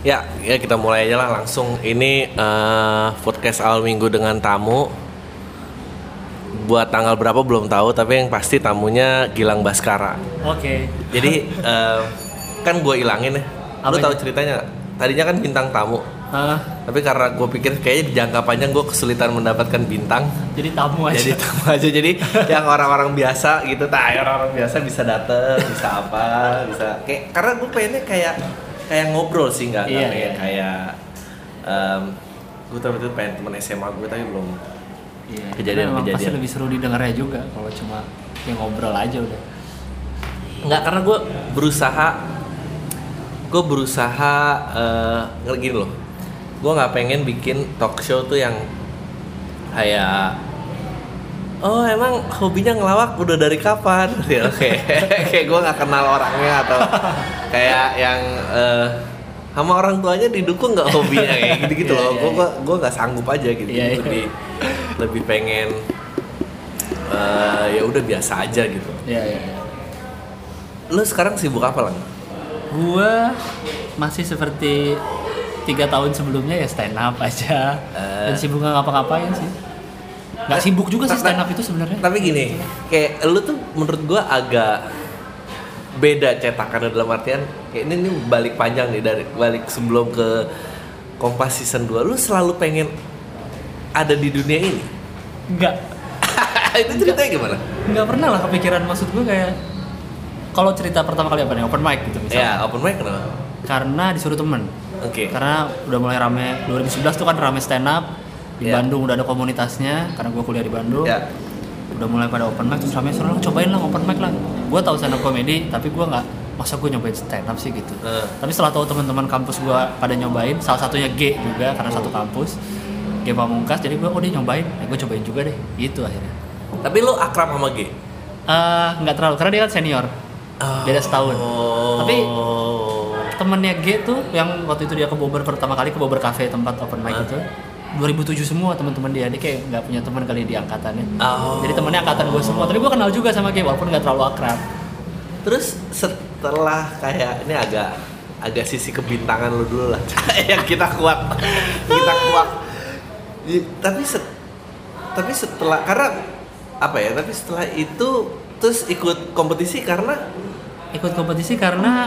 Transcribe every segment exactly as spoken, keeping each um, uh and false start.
Ya, ya kita mulai aja lah langsung. Ini uh, podcast awal minggu dengan tamu. Buat tanggal berapa belum tahu, tapi yang pasti tamunya Gilang Baskara. Oke. Okay. Jadi uh, kan gue ilangin ya. Lu tahu ceritanya gak? Tadinya kan bintang tamu. Uh. Tapi karena gue pikir kayaknya di jangka panjang gue kesulitan mendapatkan bintang. Jadi tamu aja. Jadi tamu aja. Jadi yang orang-orang biasa gitu, nah orang-orang biasa bisa dateng, bisa apa, bisa. Kayak karena gue pengennya kayak kayak ngobrol sih, nggak iya, kayak iya. kayak um, gue tuh itu pengen temen S M A gue tapi belum iya, kejadian-kejadian. Pasti lebih seru didengarnya juga kalau cuma yang ngobrol aja udah. Nggak, karena gue berusaha gue berusaha uh, gini loh, gue nggak pengen bikin talk show tuh yang kayak oh emang hobinya ngelawak udah dari kapan? Oke, okay. Kayak gue nggak kenal orangnya atau kayak yang uh, sama orang tuanya didukung nggak hobinya kayak gitu-gitu loh. Gue gue gue nggak sanggup aja gitu. Yeah, yeah. Lebih lebih pengen uh, ya udah biasa aja gitu. Iya iya. Ya. Lu sekarang sibuk apa lah? Gue masih seperti tiga tahun sebelumnya ya stand up aja uh, dan sibuk nggak ngapa-ngapain sih. Nggak sibuk juga sih stand up itu sebenarnya. Tapi gini, kayak lu tuh menurut gua agak beda cetakannya dalam artian kayak ini nih balik panjang nih dari balik sebelum ke Kompas season dua. Lu selalu pengen ada di dunia ini? Enggak. Itu ceritanya gimana? Enggak pernah lah kepikiran, maksud gua kayak kalau cerita pertama kali apa nih, open mic gitu misalnya. Ya, open mic kenapa? Karena disuruh temen. Oke. Okay. Karena udah mulai rame dua ribu sebelas tuh kan rame stand up. Di yeah. Bandung udah ada komunitasnya karena gue kuliah di Bandung. Yeah. Udah mulai pada open mic terus ramai suruh cobain lah open mic lah. Gue tahu stand up comedy tapi gue nggak, masa gue nyobain stand up sih gitu. Uh. Tapi setelah tahu teman-teman kampus gue pada nyobain, salah satunya G juga karena satu kampus, G Pamungkas, jadi gue oh dia nyobain, ya gue cobain juga deh. Gitu akhirnya. Tapi lu akrab sama G? Uh, nggak terlalu karena dia kan senior. Oh. Beda setahun. Tapi temennya G tuh yang waktu itu dia ke Bogor pertama kali, ke Bogor Cafe tempat open mic uh. itu. dua ribu tujuh semua teman-teman dia, dia kayak nggak punya teman kali di angkatannya. Oh. Jadi temennya angkatan gue semua, tapi gue kenal juga sama G walaupun nggak terlalu akrab. Terus setelah kayak ini agak agak sisi kebintangan lu dulu lah, yang kita kuat, kita kuat. Tapi set, tapi setelah karena apa ya? Tapi setelah itu terus ikut kompetisi karena ikut kompetisi karena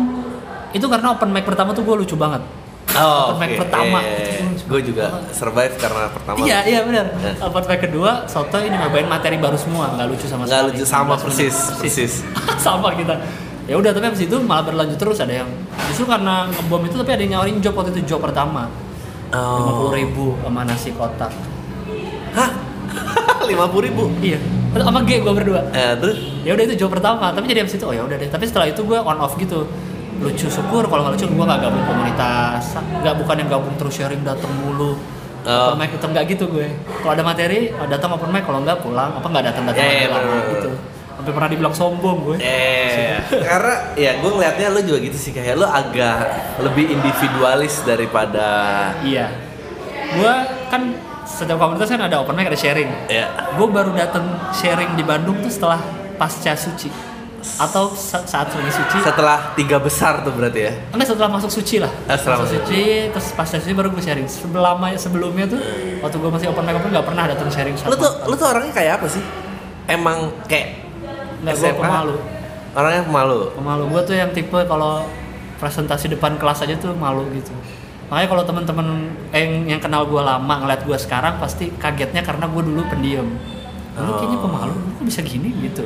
itu karena open mic pertama tuh gue lucu banget. Oh, open mic okay. pertama, eh, gue juga survive karena pertama. Iya iya benar. Eh. Open mic kedua, soto ini nyobain materi baru semua, nggak lucu sama sekali. Nggak lucu sama persis, persis. Sama kita. Ya udah, tapi abis itu malah berlanjut terus, ada yang justru karena ngebom itu tapi ada yang nyawarin job waktu itu, job pertama. Lima puluh ribu sama nasi kotak. Hah? Lima puluh ribu? Iya. Sama G gue berdua. Eh, terus? Ya udah itu job pertama, tapi jadi abis itu oh ya udah deh. Tapi setelah itu gue on off gitu. Lucu syukur, kalau nggak lucu gue nggak gabung komunitas, nggak bukan yang gabung terus sharing datang mulu. Oh. Open mic itu nggak gitu gue. Kalau ada materi datang open mic, kalau nggak pulang, apa nggak datang datang yeah, lama gitu. Sampai pernah dibilang sombong gue. Eh, karena ya gue ngeliatnya lo juga gitu sih, kayak lo agak lebih individualis daripada. Iya. Gue kan setiap komunitas kan ada open mic, ada sharing. Iya. Yeah. Gue baru datang sharing di Bandung tuh setelah pasca suci. Atau saat lagi suci, setelah tiga besar tuh berarti ya? Enggak, setelah masuk suci lah. Ah, setelah masuk suci, terus pas suci baru gue sharing. Selama sebelumnya tuh, waktu gue masih open mic pun nggak pernah datang sharing sama. Lu tuh, lu tuh orangnya kayak apa sih? Emang kayak nggak, gue pemalu. Orangnya pemalu. Pemalu. Gue tuh yang tipe kalau presentasi depan kelas aja tuh malu gitu. Makanya kalau teman-teman yang yang kenal gue lama ngeliat gue sekarang pasti kagetnya karena gue dulu pendiam. Lu kayaknya pemalu, kok bisa gini gitu.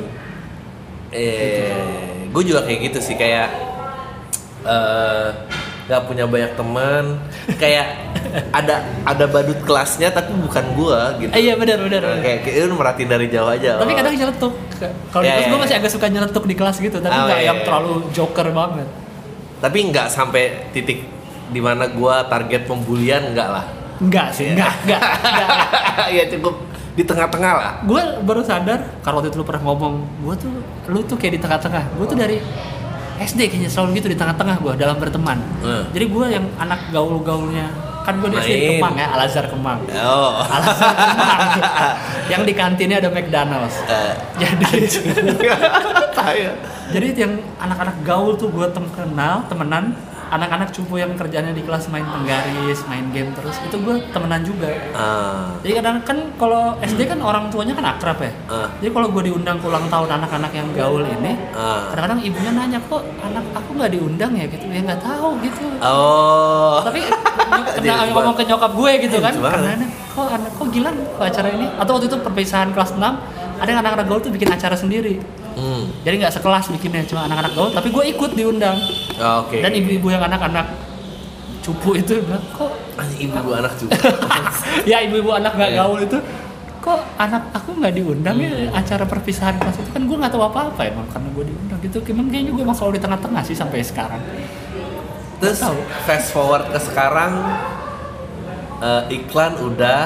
Eh, gue juga kayak gitu sih, kayak uh, gak punya banyak teman, kayak ada ada badut kelasnya tapi bukan gue gitu. Eh, iya benar benar. Uh, kayak kayak lu merhatiin dari jauh aja. Tapi oh. kadang nyeletuk. Kalau yeah, di kelas gue masih agak suka nyeletuk di kelas gitu, tapi nggak oh, yeah, yang terlalu joker banget. Tapi nggak sampai titik dimana gue target pembulian, nggak lah. Nggak sih, nggak nggak. Ya cukup di tengah-tengah lah. Gue baru sadar karena waktu itu lu pernah ngomong, gue tuh lu tuh kayak di tengah-tengah. Gue tuh dari S D kayaknya selalu gitu di tengah-tengah gue dalam berteman. Hmm. Jadi gue yang anak gaul-gaulnya, kan gue di S D di Kemang ya, Al Azhar Kemang. Oh. Al Azhar Kemang. Yang di kantinnya ada McDonald's. Uh. Jadi jadi yang anak-anak gaul tuh gue tem kenal, temenan. anak-anak cupu yang kerjanya di kelas main penggaris, main game terus, itu gue temenan juga. Uh. Jadi kadang kan kalau S D kan orang tuanya kan akrab ya. Uh. Jadi kalau gue diundang ke ulang tahun anak-anak yang gaul ini, uh. kadang-kadang ibunya nanya, kok anak aku nggak diundang ya gitu, ya nggak tahu gitu. Oh. Tapi kena ngomong ke nyokap gue gitu kan, karena kok anak kok Gilang ke acara ini? Atau waktu itu perpisahan kelas enam, ada yang anak-anak gaul tuh bikin acara sendiri. Hmm. Jadi nggak sekelas bikinnya, cuma anak-anak gaul, tapi gue ikut diundang. Oh, Oke. Okay. Dan ibu-ibu yang anak-anak cupu itu bilang, kok ibu-ibu anak cupu? Ya ibu-ibu anak nggak gaul itu, kok anak aku nggak diundang hmm. ya acara perpisahan kelas itu kan gue nggak tahu apa-apa emang karena gue diundang gitu. Emang kayaknya gue emang selalu di tengah-tengah sih sampai sekarang. Terus fast forward ke sekarang, uh, iklan udah,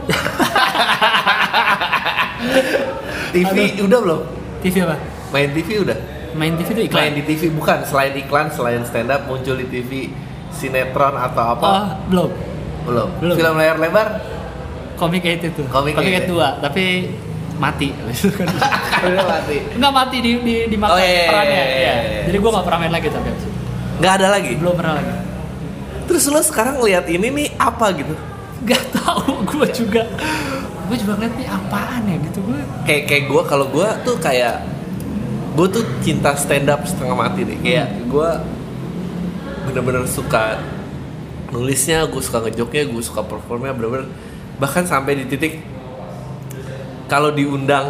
T V Aduh. udah belum? T V apa? Main T V udah? Main T V itu iklan? Main di T V bukan, selain iklan, selain stand up muncul di T V sinetron atau apa? Oh, belum. Belum. Belum. Film layar lebar? Komik eight itu. Komik eight dua, tapi mati. Udah mati. Enggak mati di di di mata oh, iya, perannya. iya, iya. Ya. Jadi gua enggak pernah main lagi tapi abis itu. Enggak ada lagi? Belum pernah lagi. Terus lo sekarang lihat ini nih apa gitu? Gak tahu, gua juga. Gue juga ngeliat nih apaan ya gitu gue. Kayak kayak gue kalau gue tuh kayak gue tuh cinta stand up setengah mati nih. Kayak hmm. gue bener-bener suka nulisnya, gue suka ngejoknya, gue suka performnya, bener-bener bahkan sampai di titik kalau diundang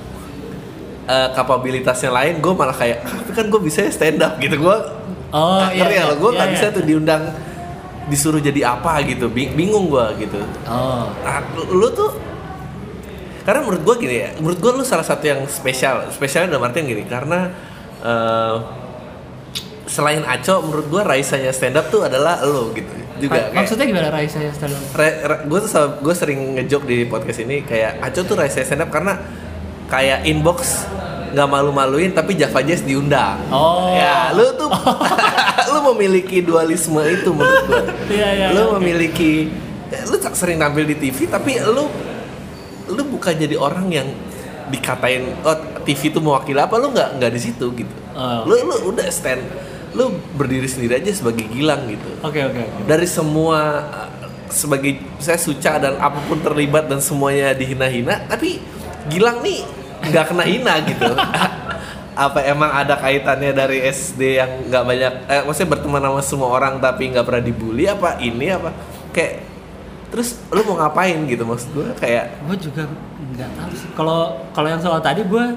uh, kapabilitasnya lain, gue malah kayak tapi kan gue bisa stand up gitu. Gue oh ah, iya, iya, ya gue nggak iya, bisa iya. tuh diundang disuruh jadi apa gitu, bingung gue gitu. Oh. Nah, lu tuh karena menurut gue gini ya, menurut gue lu salah satu yang spesial, spesialnya dalam artian gini, karena uh, selain Aco, menurut gue Raisanya stand up tuh adalah lu gitu juga. Kayak, maksudnya gimana Raisanya stand up? Gue tuh gue sering ngejok di podcast ini kayak Aco tuh Raisanya stand up karena kayak inbox nggak malu-maluin tapi Java Jazz diundang. Oh. Ya, lu tuh lu memiliki dualisme itu menurut gue. Iya, iya, lu okay. memiliki, lu sering tampil di T V tapi lu lu bukan jadi orang yang dikatain oh T V itu mewakili apa, lu nggak nggak di situ gitu. Oh. Lu lu udah stand, lu berdiri sendiri aja sebagai Gilang gitu. Oke okay, oke. Okay, okay. Dari semua sebagai saya Suca dan apapun terlibat dan semuanya dihina-hina, tapi Gilang nih nggak kena hina gitu. Apa emang ada kaitannya dari S D yang nggak banyak, eh, maksudnya berteman sama semua orang tapi nggak pernah dibully apa ini apa kayak terus lu mau ngapain gitu maksud gue kayak gue juga nggak tahu sih kalau kalau yang soal tadi gue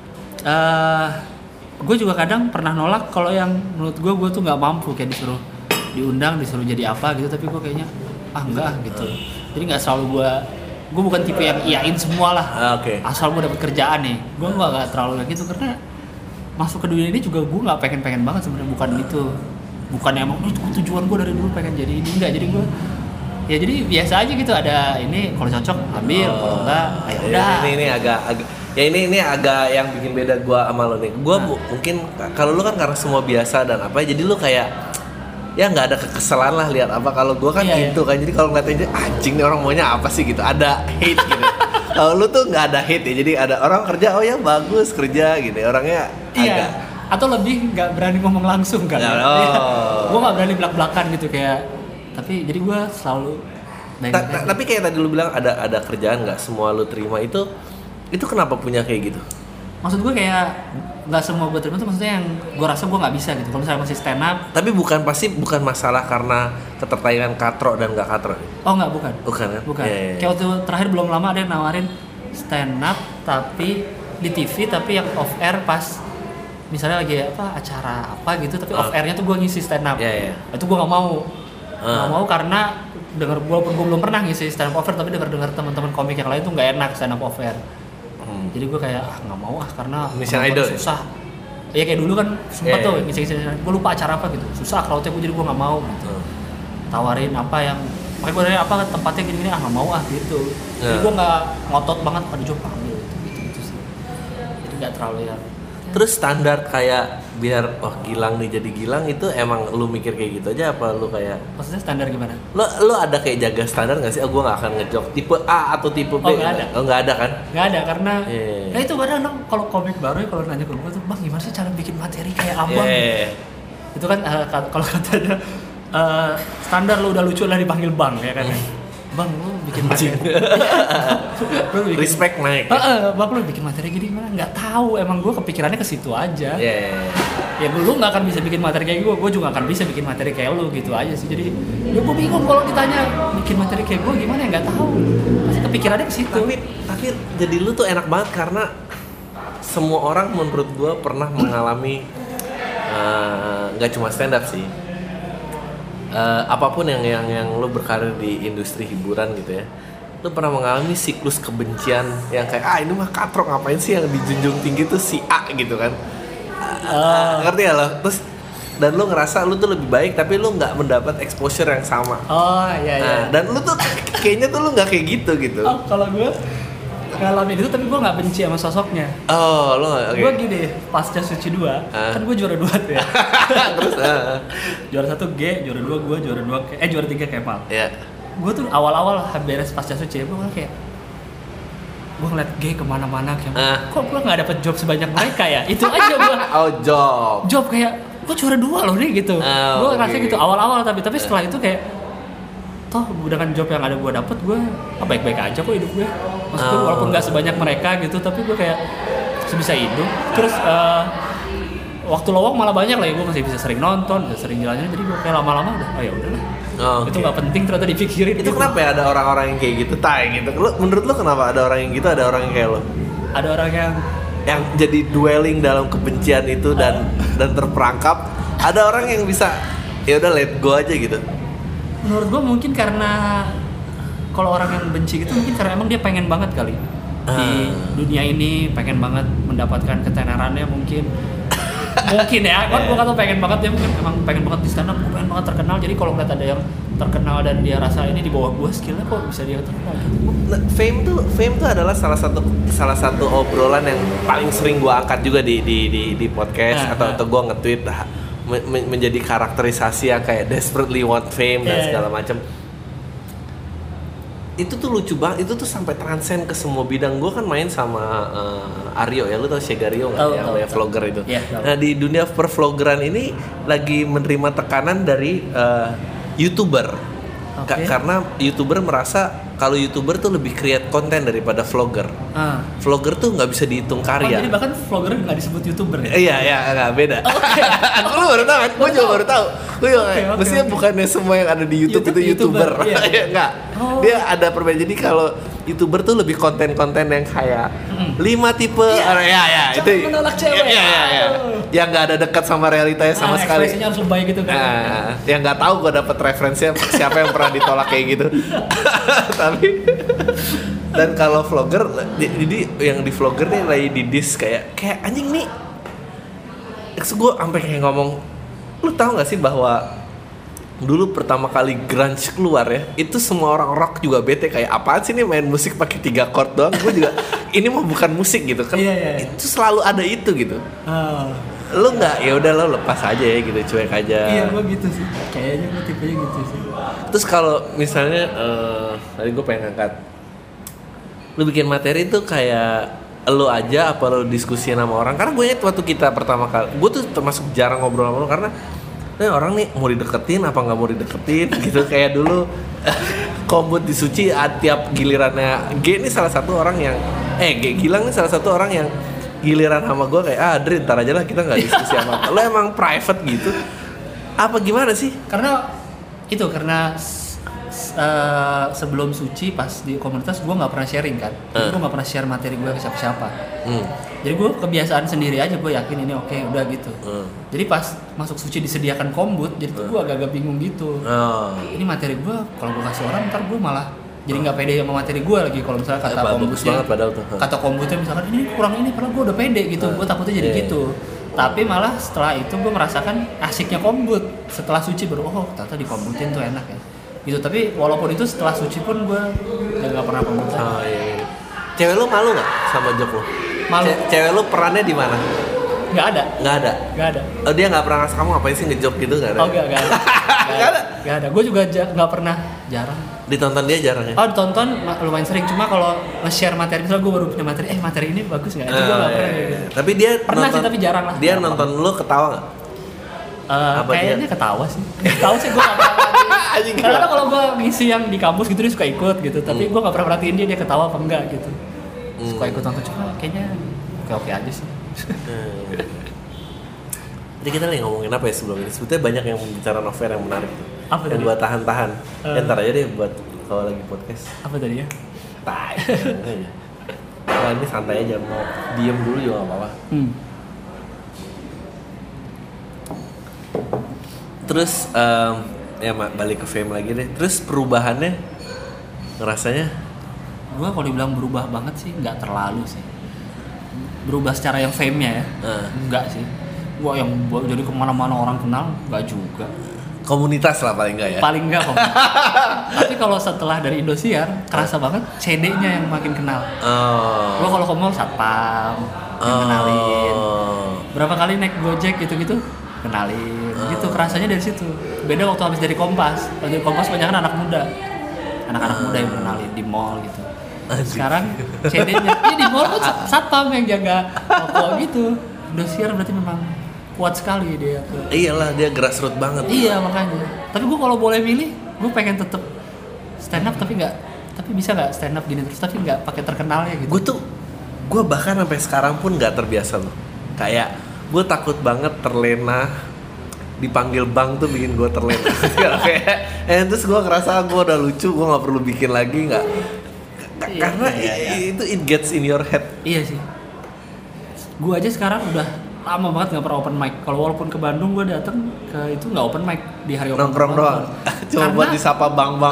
uh, gue juga kadang pernah nolak kalau yang menurut gue gue tuh nggak mampu kayak disuruh diundang disuruh jadi apa gitu tapi gue kayaknya ah enggak gitu jadi nggak selalu gue gue bukan tipe yang iyain semua lah okay. Asal gue dapet kerjaan nih gue nggak nggak terlalu kayak gitu karena masuk ke dunia ini juga gue nggak pengen pengen banget sebenarnya bukan itu bukan emang itu tujuan gue dari dulu pengen jadi ini enggak jadi gue ya jadi biasa aja gitu ada ini kalau cocok ambil oh, kalau enggak ya udah ini ini agak agak ya ini ini agak yang bikin beda gue sama lo nih gue nah. mungkin kalau lo kan karena semua biasa dan apa jadi lo kayak ya nggak ada kekesalan lah lihat apa kalau gue kan iya, gitu iya. Kan jadi kalau ngeliatin anjing nih orang maunya apa sih gitu ada hate gitu kalau lo tuh nggak ada hate ya jadi ada orang kerja oh ya bagus kerja gitu orangnya iya. agak Atau lebih nggak berani ngomong langsung kan ya, oh. Gue nggak berani belak-belakan gitu kayak tapi jadi gue selalu ta- ta- tapi kayak tadi lu bilang ada ada kerjaan nggak semua lu terima itu itu kenapa punya kayak gitu maksud gue kayak nggak semua gue terima tuh maksudnya yang gue rasa gue nggak bisa gitu kalau misalnya masih stand up tapi bukan pasti bukan masalah karena ketertarikan katro dan nggak katro oh nggak bukan bukan kan bukan yeah, yeah. Kayak waktu terakhir belum lama ada yang nawarin stand up tapi di T V tapi yang off air pas misalnya lagi apa acara apa gitu tapi uh. off airnya tuh gue ngisi stand up yeah, yeah. Itu gue nggak mau uh. nggak mau karena dengar walaupun gue belum pernah ngisi stand up off air tapi dengar dengar teman-teman komik yang lain tuh nggak enak stand up off air hmm. Jadi gue kayak ah nggak mau ah karena Mission Idol susah ya kayak dulu kan sempet yeah, tuh yeah. ngisi-ngisi gue lupa acara apa gitu susah crowdnya gue jadi gue nggak mau gitu uh. Tawarin apa yang makanya gue dari apa tempatnya gini-gini ah nggak mau ah gitu yeah. Jadi gue nggak ngotot banget pada job ambil gitu gitu sih jadi nggak terlalu ya terus standar kayak biar oh Gilang nih jadi Gilang itu emang lu mikir kayak gitu aja apa lu kayak maksudnya standar gimana? Lu lu ada kayak jaga standar nggak sih? Oh gue nggak akan ngejok tipe A atau tipe B? Oh nggak ada. Oh nggak ada kan? Nggak ada karena yeah. Nah itu kadang kalau komik baru ya kalau nanya ke gue tuh bang gimana sih cara bikin materi kayak abang? Yeah. itu kan uh, kalau katanya uh, standar lo udah lucu lah dipanggil bang ya kan. Bang lu bikin materi lu bikin, respect naik ya? Uh, bang lu bikin materi gini gimana? Nggak tahu, emang gue kepikirannya ke situ aja. Yeah. Ya lu nggak akan bisa bikin materi kayak gue, gue juga akan bisa bikin materi kayak lu gitu aja sih. Jadi ya gue bingung kalau ditanya bikin materi kayak gue gimana ya, nggak tahu. Pasti kepikirannya ke situ. Tapi tapi jadi lu tuh enak banget karena semua orang menurut gue pernah mengalami nggak uh, cuma stand up sih. Uh, apapun yang yang yang lo berkarir di industri hiburan gitu ya, lo pernah mengalami siklus kebencian yang kayak ah ini mah katrok, ngapain sih yang dijunjung tinggi tuh si A gitu kan, uh, ngerti ya lo? Terus dan lo ngerasa lo tuh lebih baik tapi lo nggak mendapat exposure yang sama. Oh iya iya. Nah, dan lo tuh kayaknya tuh lo nggak kayak gitu gitu. Oh, kalau gue ngalamin itu tapi gue nggak benci sama sosoknya. Oh lo nggak? Okay. Gue gini, pasca Suci dua uh. kan gue juara dua tuh ya. Terus uh. juara satu G, juara dua gue, juara dua eh juara tiga Kemal. Iya. Yeah. Gue tuh awal-awal beres pasca Suci gue kayak gue ngeliat G kemana-mana kayak uh. kok gue nggak dapet job sebanyak mereka ya? Itu aja gue. Oh job. Job kayak gue juara dua loh nih gitu. Oh, gue ngerasa okay. gitu awal-awal tapi tapi setelah itu kayak toh dengan job yang ada gue dapet gue oh, baik-baik aja kok hidup gue. Maksudnya oh. walaupun nggak sebanyak mereka gitu tapi gue kayak bisa hidup. Terus uh, waktu lowong malah banyak lah ya, gue masih bisa sering nonton, bisa sering jalan-jalan, jadi gue kayak lama-lama udah oh ya udahlah. Oh, okay. Itu nggak penting ternyata dipikirin. Itu gitu. Kenapa ya ada orang-orang yang kayak gitu, tay gitu? Lu, menurut lo kenapa ada orang yang gitu, ada orang yang kayak lo? Ada orang yang yang jadi dwelling dalam kebencian itu dan oh. dan terperangkap. Ada orang yang bisa ya udah let go aja gitu. Menurut gue mungkin karena kalau orang yang benci gitu mungkin karena emang dia pengen banget kali ah. di dunia ini, pengen banget mendapatkan ketenarannya mungkin. Mungkin ya, kan gue kata pengen banget ya, mungkin emang pengen banget di stand up, gue pengen banget terkenal. Jadi kalau ngeliat ada yang terkenal dan dia rasa ini di bawah gue skillnya kok bisa dia terkenal gitu. Nah, fame tuh, fame tuh adalah salah satu salah satu obrolan yang paling sering gue angkat juga di di di, di podcast nah, atau nah. atau gue nge-tweet ah, men- menjadi karakterisasi yang kayak desperately want fame yeah, dan segala macam. Itu tuh lucu banget, itu tuh sampai transcend ke semua bidang. Gue kan main sama uh, Aryo ya, lu tau Shegario nggak? Oh, yang oh, vlogger itu. Yeah, nah di dunia perfvloggeran ini lagi menerima tekanan dari uh, YouTuber, okay. Ka- karena YouTuber merasa kalau YouTuber tuh lebih create konten daripada vlogger. Ah. Vlogger tuh nggak bisa dihitung karya. Oh, jadi bahkan vlogger nggak disebut YouTuber ya? Iya iya nggak beda. Oke. Okay. Lu baru tahu kan? Gue juga baru tahu. Gue juga okay, okay, mestinya okay. bukannya semua yang ada di YouTube, YouTube itu YouTuber. YouTuber. Iya. Nggak. Oh. Dia ada perbedaan. Jadi kalau YouTuber tuh lebih konten-konten yang kayak mm. lima tipe. Iya ya ya itu. Menolak cewek. Iya iya iya. Yang nggak ada dekat sama realitanya sama ah, sekali. Ekspresinya harus lebay gitu kan. Nah, yang nggak tahu gue dapet referensinya siapa yang pernah ditolak kayak gitu. Tapi dan kalau vlogger, jadi yang di vlogger nih lagi di diss kayak kayak anjing nih. Terus gue sampai kayak ngomong, lu tahu nggak sih bahwa dulu pertama kali grunge keluar ya, itu semua orang rock juga bete kayak apaan sih nih main musik pakai tiga chord doang. Gue juga ini mah bukan musik gitu kan. Iya, iya, iya. Itu selalu ada itu gitu. Oh. Lu nggak ya udah lo lepas aja ya gitu, cuek aja. Iya gue gitu sih, kayaknya gue tipenya gitu sih. Terus kalau misalnya uh, tadi gue pengen angkat, lu bikin materi tuh kayak lo aja apa lo diskusi sama orang? Karena gue ingat waktu kita pertama kali, gue tuh termasuk jarang ngobrol sama lo karena eh, orang nih mau dideketin apa nggak mau dideketin gitu. Kayak dulu Kombut di Suci tiap gilirannya G ini salah satu orang yang eh G Gilang ini salah satu orang yang giliran sama gue kayak ah Dri ntar aja lah kita nggak diskusi sama lo. Emang private gitu apa gimana sih? Karena itu karena uh, sebelum Suci pas di komunitas gue nggak pernah sharing kan, uh. gue nggak pernah share materi gue ke siapa-siapa. Hmm. Jadi gue kebiasaan sendiri aja, gue yakin ini oke okay, udah gitu. Uh. Jadi pas masuk Suci disediakan Kombut, jadi tuh uh. gue agak-agak bingung gitu. Uh. Ini materi gue kalau gue kasih orang ntar gue malah jadi nggak pede sama materi gue lagi. Kalau misalnya kata eh, Kombutnya, kata Kombutnya misalkan ini kurang ini, padahal gue udah pede gitu. Uh. Gue takutnya jadi yeah. gitu. Tapi malah setelah itu gue merasakan asiknya Kombut. Setelah Suci baru oh ternyata di Kombutin tuh enak ya. Gitu. Tapi walaupun itu setelah Suci pun gue udah nggak pernah Kombutan. Oh iya, iya. Cewek lu malu nggak sama job lu? Malu. Ce- cewek lu perannya di mana? Nggak ada. Nggak ada. Nggak ada. Oh dia nggak pernah ngasih kamu ngapain sih ngejob gitu nggak ada? Oh nggak nggak ada. Nggak ada. Nggak ada. Gue juga nggak ja- pernah, jarang. Ditonton dia jarang ya? Oh ditonton lumayan sering, cuma kalau nge-share materi misalnya gue baru punya materi, eh materi ini bagus nggak? Itu uh, gue nggak pernah. Iya. Tapi dia pernah nonton, sih tapi jarang lah. Dia jarang nonton lu ketawa nggak? Uh, kayaknya dia? Ketawa sih. Tahu sih gue nggak pernah. Karena kalau gue ngisi yang di kampus gitu dia suka ikut gitu, tapi hmm. gue nggak pernah perhatiin dia dia ketawa apa enggak gitu. Hmm. Suka ikut nonton cuma kayaknya oke-oke aja sih. Hmm. Jadi kita lagi ngomongin apa ya sebelum ini? Sebetulnya banyak yang bicara novel yang menarik tuh. Apa yang buat tahan-tahan. Uh. Ya, ntar aja deh buat kalau lagi podcast. Apa tadi ya? Tai. Nah, ini santai aja, mau diem dulu juga nggak apa-apa. Hmm. Terus um, ya balik ke fame lagi deh. Terus perubahannya ngerasanya? Gua kalau dibilang berubah banget sih nggak terlalu sih. Berubah secara yang fame-nya ya, uh. nggak sih. Gua yang jadi kemana-mana orang kenal nggak juga. Komunitas lah paling nggak ya? Paling nggak komunitas. Tapi kalau setelah dari Indosiar kerasa banget C D-nya yang makin kenal. Oh. Gua kalau ke mall satpam, yang oh. kenalin. Berapa kali naik Gojek gitu-gitu kenalin. Oh. Gitu kerasanya dari situ. Beda waktu habis dari Kompas. Waktu dari Kompas banyak anak muda. Anak-anak oh. muda yang kenalin di mall gitu. Sekarang C D-nya ya di mall pun satpam yang jaga toko gitu. Indosiar berarti memang kuat sekali dia. Iyalah dia grassroots banget. Iya makanya. Tapi gue kalau boleh milih, gue pengen tetap stand up tapi nggak, tapi bisa nggak stand up gini terus tapi nggak pakai terkenalnya gitu. Gue tuh, gue bahkan sampai sekarang pun nggak terbiasa loh. Kayak gue takut banget terlena, dipanggil bang tuh bikin gue terlena. Kayak, eh terus gue ngerasa gue udah lucu, gue nggak perlu bikin lagi nggak. Iya, Karena iya, iya. itu it gets in your head. Iya sih. Gue aja sekarang udah lama banget nggak pernah open mic. Kalau walaupun ke Bandung gue dateng ke itu nggak open mic di hari open nongkrong doang. Cuma karena buat disapa bang-bang.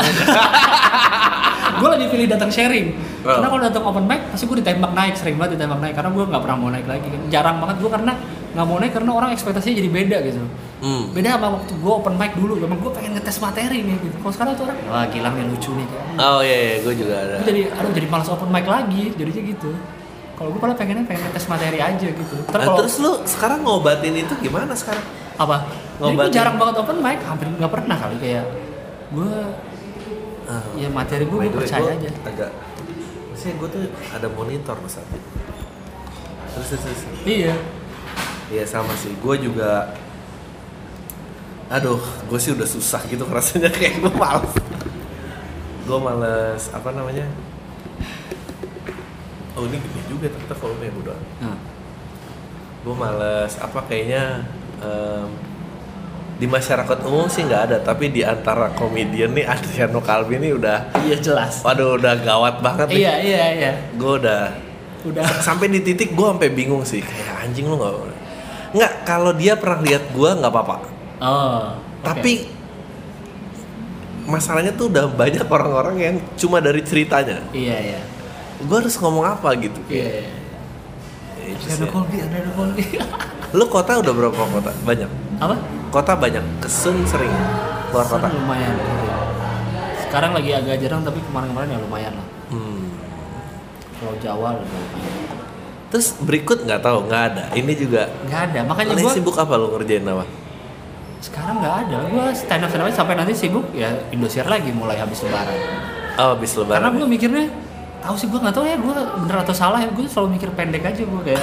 Gue lebih pilih datang sharing. Oh. Karena kalau datang open mic pasti gue ditembak naik, sering banget ditembak naik. Karena gue nggak pernah mau naik lagi. Jarang banget gue karena nggak mau naik karena orang ekspektasinya jadi beda gitu. Hmm. Beda sama waktu gue open mic dulu. Memang gue pengen ngetes materi nih gitu. Kalau sekarang tuh orang, wah Gilang nih lucu nih. Oh iya, iya gue juga ada. Gue jadi, aduh jadi malas open mic lagi. Jadinya gitu. Kalau gue malah pengennya pengen tes materi aja gitu. Terus, nah, terus lu sekarang ngobatin itu gimana sekarang? Apa? Ngobatin? Gue jarang banget open mic, hampir nggak pernah kali kayak gue. Uh, ya materi gue gue percaya aja. Agak, maksudnya gue tuh ada monitor loh saat itu. Terus terus. terus. Iya. Iya sama sih. Gue juga. Aduh, gue sih udah susah gitu rasanya kayak gue males. Gue males apa namanya? Oh ini gede juga ternyata volume udah. Hmm. Gue males apa kayaknya um, di masyarakat umum sih nggak ada, tapi di antara komedian nih Adriano Calvi ini udah. Iya jelas. Waduh udah gawat banget nih. Iya iya iya. Gue udah. Udah. Sampai di titik gue sampai bingung sih kayak anjing lu nggak. Nggak kalau dia pernah lihat gue nggak apa-apa. Oh. Tapi okay. Masalahnya tuh udah banyak orang-orang yang cuma dari ceritanya. Iya iya. Gue harus ngomong apa gitu kayak. Iya. Ada Kolbi, ada Kolbi. Lu kota udah berapa kota? Banyak. Apa? Kota banyak. Kesun sering keluar kota. Lumayan. Sekarang lagi agak jarang tapi kemarin-kemarin ya lumayan lah. Hmm. Kalau Jawa udah lumayan. Terus berikut nggak tahu, nggak ada. Ini juga. Nggak ada. Makanya gue. Sibuk apa lu ngerjain apa? Sekarang nggak ada. Gue stand up stand up sampai nanti sibuk ya Indosiar lagi mulai habis lebaran. Oh habis lebaran. Karena gue mikirnya tahu sih gue nggak tahu ya gue bener atau salah ya, gue selalu mikir pendek aja gue kayak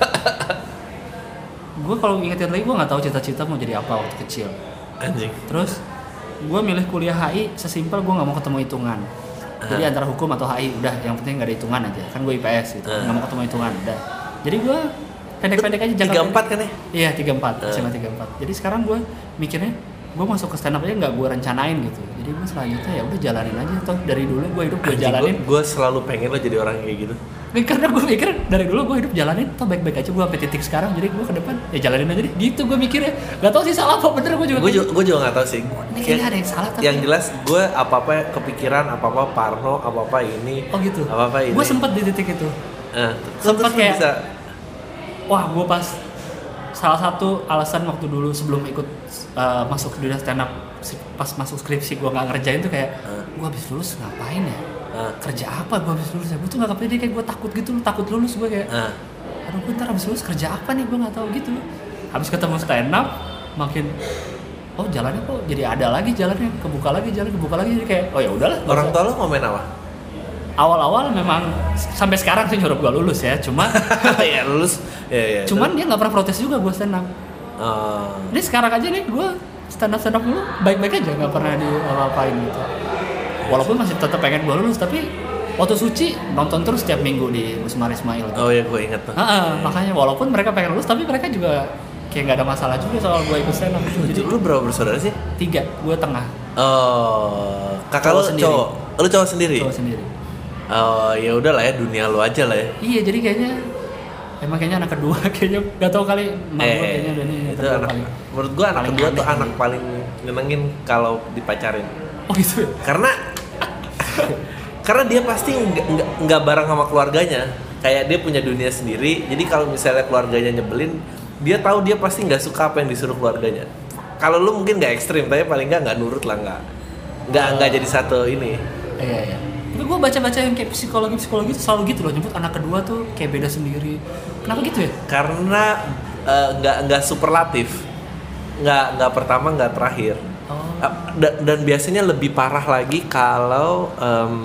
gue kalau ingetin lagi gue nggak tahu cita-cita mau jadi apa waktu kecil. Anjing. Terus gue milih kuliah H I sesimpel gue nggak mau ketemu hitungan. Uh. Jadi antara hukum atau H I udah yang penting nggak ada hitungan aja, kan gue I P S gitu nggak uh. mau ketemu hitungan udah. Jadi gue pendek-pendek aja. Tiga empat kan ya? Iya tiga empat S M A tiga empat. Jadi sekarang gue mikirnya gue masuk ke stand up aja nggak gue rencanain gitu. Jadi gue selanjutnya ya udah jalanin aja. Toh dari dulu gue hidup gue jalanin. Gue selalu pengen lo jadi orang kayak gitu. Karena gue mikir dari dulu gue hidup jalanin. Toh baik-baik aja gue sampai titik sekarang. Jadi gue ke depan ya jalanin aja deh. Gitu gue mikirnya. Gak tau sih salah apa bener gue juga. Gue juga, gue juga gak tau sih. Ini kayaknya ada yang salah tapi. Yang jelas gue apa-apa kepikiran, apa-apa parno, apa-apa ini. Oh gitu. Apa-apa ini. Gue sempet di titik itu. Uh, sempet kayak. Bisa. Wah gue pas salah satu alasan waktu dulu sebelum ikut uh, masuk dunia stand up pas masuk skripsi gue nggak ngerjain tuh kayak uh. gue habis lulus ngapain ya uh. kerja apa gue habis lulus ya gue tuh nggak kepede kayak gue takut gitu takut lulus gue kayak uh. aduh gue ntar habis lulus kerja apa nih gue nggak tahu gitu habis ketemu stand up makin oh jalannya kok jadi ada lagi jalannya kebuka lagi jalan kebuka lagi jadi kayak oh ya udahlah. Orang tua lo komen apa? Awal-awal memang sampai sekarang sih nyuruh gue lulus ya, cuma ya lulus. Ya, ya, cuman itu. Dia nggak pernah protes juga gue stand up. Uh. Ini sekarang aja nih gue stand up stand up dulu baik-baik aja, nggak pernah di apa-apain gitu. Walaupun masih tetap pengen gue lulus, tapi waktu suci nonton terus setiap minggu di Usmar Ismail. Gitu. Oh iya, gue inget tuh. Uh-uh, makanya walaupun mereka pengen lulus, tapi mereka juga kayak nggak ada masalah juga soal gue ikut stand up. Jadi lu berapa bersaudara sih? Tiga, gue tengah. Oh, kakak lu cowok, lu cowok sendiri? Cowok sendiri. Oh ya udah lah ya, dunia lu aja lah ya. Iya, jadi kayaknya emang kayaknya anak kedua kayaknya nggak tahu kali. Mak eh, gue kayaknya udah nih. Itu anak, paling, menurut gue anak kedua tuh anak paling nyenengin kalau dipacarin. Oh gitu. Karena karena dia pasti nggak nggak bareng sama keluarganya. Kayak dia punya dunia sendiri. Jadi kalau misalnya keluarganya nyebelin, dia tahu dia pasti nggak suka apa yang disuruh keluarganya. Kalau lu mungkin nggak ekstrim, tapi paling nggak nggak nurut lah, nggak nggak nggak jadi satu ini. Iya iya. Tapi gue baca-baca yang kayak psikologi psikologi selalu gitu loh, nyebut anak kedua tuh kayak beda sendiri. Kenapa gitu ya? Karena uh, nggak nggak superlatif, nggak nggak pertama nggak terakhir. Oh. Uh, dan, dan biasanya lebih parah lagi kalau um,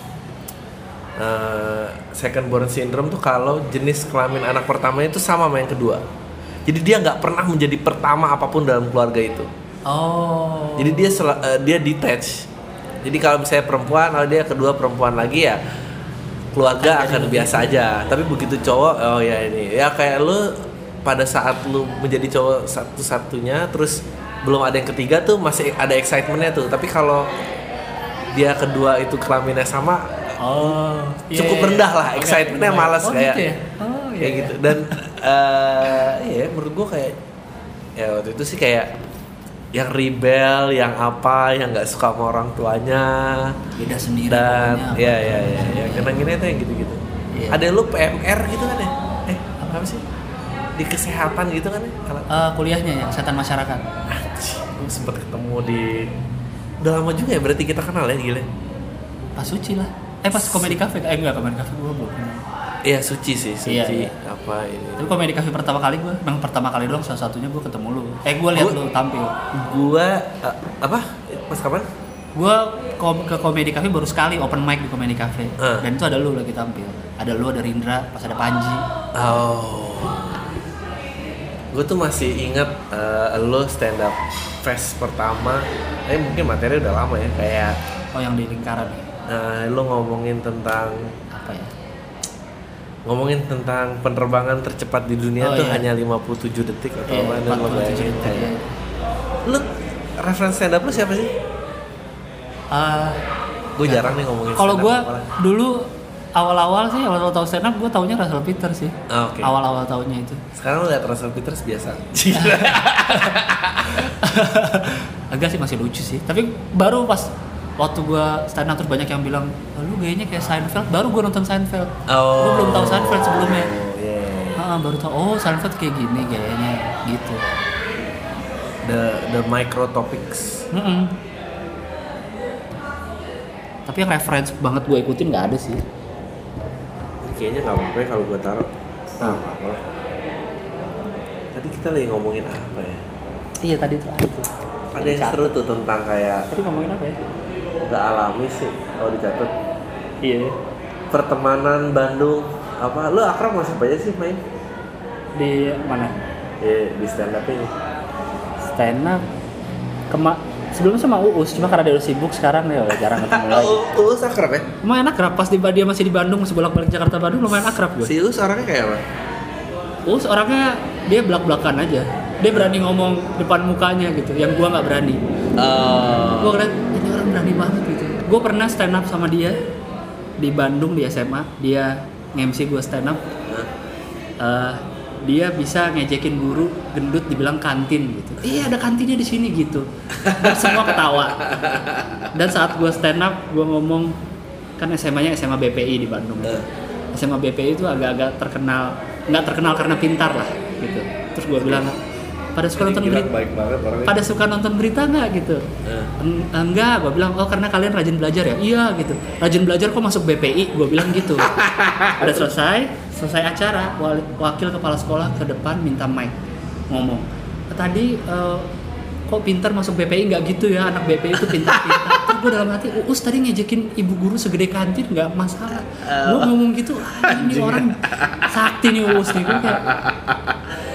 uh, second born syndrome tuh kalau jenis kelamin anak pertamanya itu sama sama yang kedua. Jadi dia nggak pernah menjadi pertama apapun dalam keluarga itu. Oh. Jadi dia sel- uh, dia detach. Jadi kalau misalnya perempuan, kalau dia kedua perempuan lagi ya keluarga akan biasa aja. Tapi begitu cowok, oh ya ini ya kayak lu pada saat lu menjadi cowok satu-satunya, terus belum ada yang ketiga tuh masih ada excitementnya tuh. Tapi kalau dia kedua itu kelaminnya sama, oh, cukup yeah, rendah lah, okay, excitementnya okay. malas oh, kayak, gitu ya? oh, kayak yeah. gitu. Dan uh, ya menurut gua kayak ya waktu itu sih kayak yang rebel, yang apa, yang nggak suka sama orang tuanya, beda sendiri. Dan ya ya ya, ya kenanginnya tuh yang gitu-gitu. Yeah. Ada lu P M R gitu kan ya? Eh apa sih? Di kesehatan gitu kan ya? Uh, kuliahnya ya, kesehatan masyarakat. Anjir, lu sempet ketemu di, udah lama juga ya berarti kita kenal ya, gila. Pas Suci lah. Eh pas Komedi Cafe, eh enggak Komedi Cafe gue belum. Iya Suci sih, Suci iya, iya. apa ini. Tapi Komedi Cafe pertama kali gue, memang pertama kali doang salah satunya gue ketemu lu. Eh gue lihat lu tampil. Gue uh, apa? Pas kapan? Gue kom- ke Komedi Cafe baru sekali open mic di Komedi Cafe. Uh. Dan itu ada lu lagi tampil. Ada lu, ada Rindra, pas ada Panji. Oh. Gue tuh masih ingat uh, lu stand up fest pertama. Eh mungkin materi udah lama ya, kayak oh yang di lingkaran ya. Uh, lu ngomongin tentang apa ya? Ngomongin tentang penerbangan tercepat di dunia oh, tuh iya. hanya lima puluh tujuh detik atau iya, apa, dan lo bayangin kayak lu referensi stand up lu siapa sih? Uh, gue ya, jarang nih ngomongin kalau gue dulu awal-awal sih awal-awal tahu stand up gue taunya Russell Peters sih. Oh, okay. Awal-awal taunya itu. Sekarang lu liat Russell Peters biasa. Agak sih masih lucu sih. Tapi baru pas waktu gue stand up terus banyak yang bilang, oh, lu gayanya kayak Seinfeld. Baru gue nonton Seinfeld. Oh. Gue belum tahu Seinfeld sebelumnya. Oh, yeah. Ah, baru tahu. Oh Seinfeld kayak gini gayanya gitu. The the micro topics. Mm-mm. Tapi yang reference banget gue ikutin nggak ada sih. Kayaknya nggak apa-apa ya kalau gue taruh. Nah, apa? Tadi kita lagi ngomongin apa ya? Iya tadi tuh. Ada yang seru tuh tentang kayak. Tadi ngomongin apa ya? Gak alami sih kalau dicatat. Iya. Pertemanan Bandung apa? Lu akrab sama siapa aja sih main? Di mana? Di, di stand up ini. Stand up. Kema sebelumnya sama Uus, cuma karena dia udah sibuk sekarang dia udah jarang ketemu lagi. Uus akrab ya? Lumayan akrab pas di, dia masih di Bandung, masih bolak-balik Jakarta Bandung lumayan akrab gue. Si Uus orangnya kayak apa? Uus orangnya dia belak-belakan aja. Dia berani ngomong depan mukanya gitu, yang gua nggak berani. Uh... Gua ngeliat ini orang berani banget gitu. Gua pernah stand up sama dia di Bandung di S M A. Dia nge-M C gua stand up. Huh? Uh, dia bisa ngejekin guru gendut dibilang kantin gitu. Iya ada kantinnya di sini gitu. Dan semua ketawa. Dan saat gua stand up, gua ngomong kan S M A-nya S M A B P I di Bandung. Uh. S M A B P I itu agak-agak terkenal, nggak terkenal karena pintar lah gitu. Terus gua bilang pada suka nonton berita, pada suka nonton berita nggak gitu? Uh. Enggak, gue bilang oh karena kalian rajin belajar ya? Iya gitu. Rajin belajar kok masuk B P I? Gue bilang gitu. Udah selesai, selesai acara, wakil kepala sekolah ke depan minta mic ngomong. Tadi uh, kok pintar masuk B P I? Nggak gitu ya, anak B P I itu pintar-pintar. Terus gue dalam hati, Uus tadi ngejekin ibu guru segede kantin nggak masalah. Gue ngomong gitu, ah, ini orang sakti nih Uus nih. Gue kayak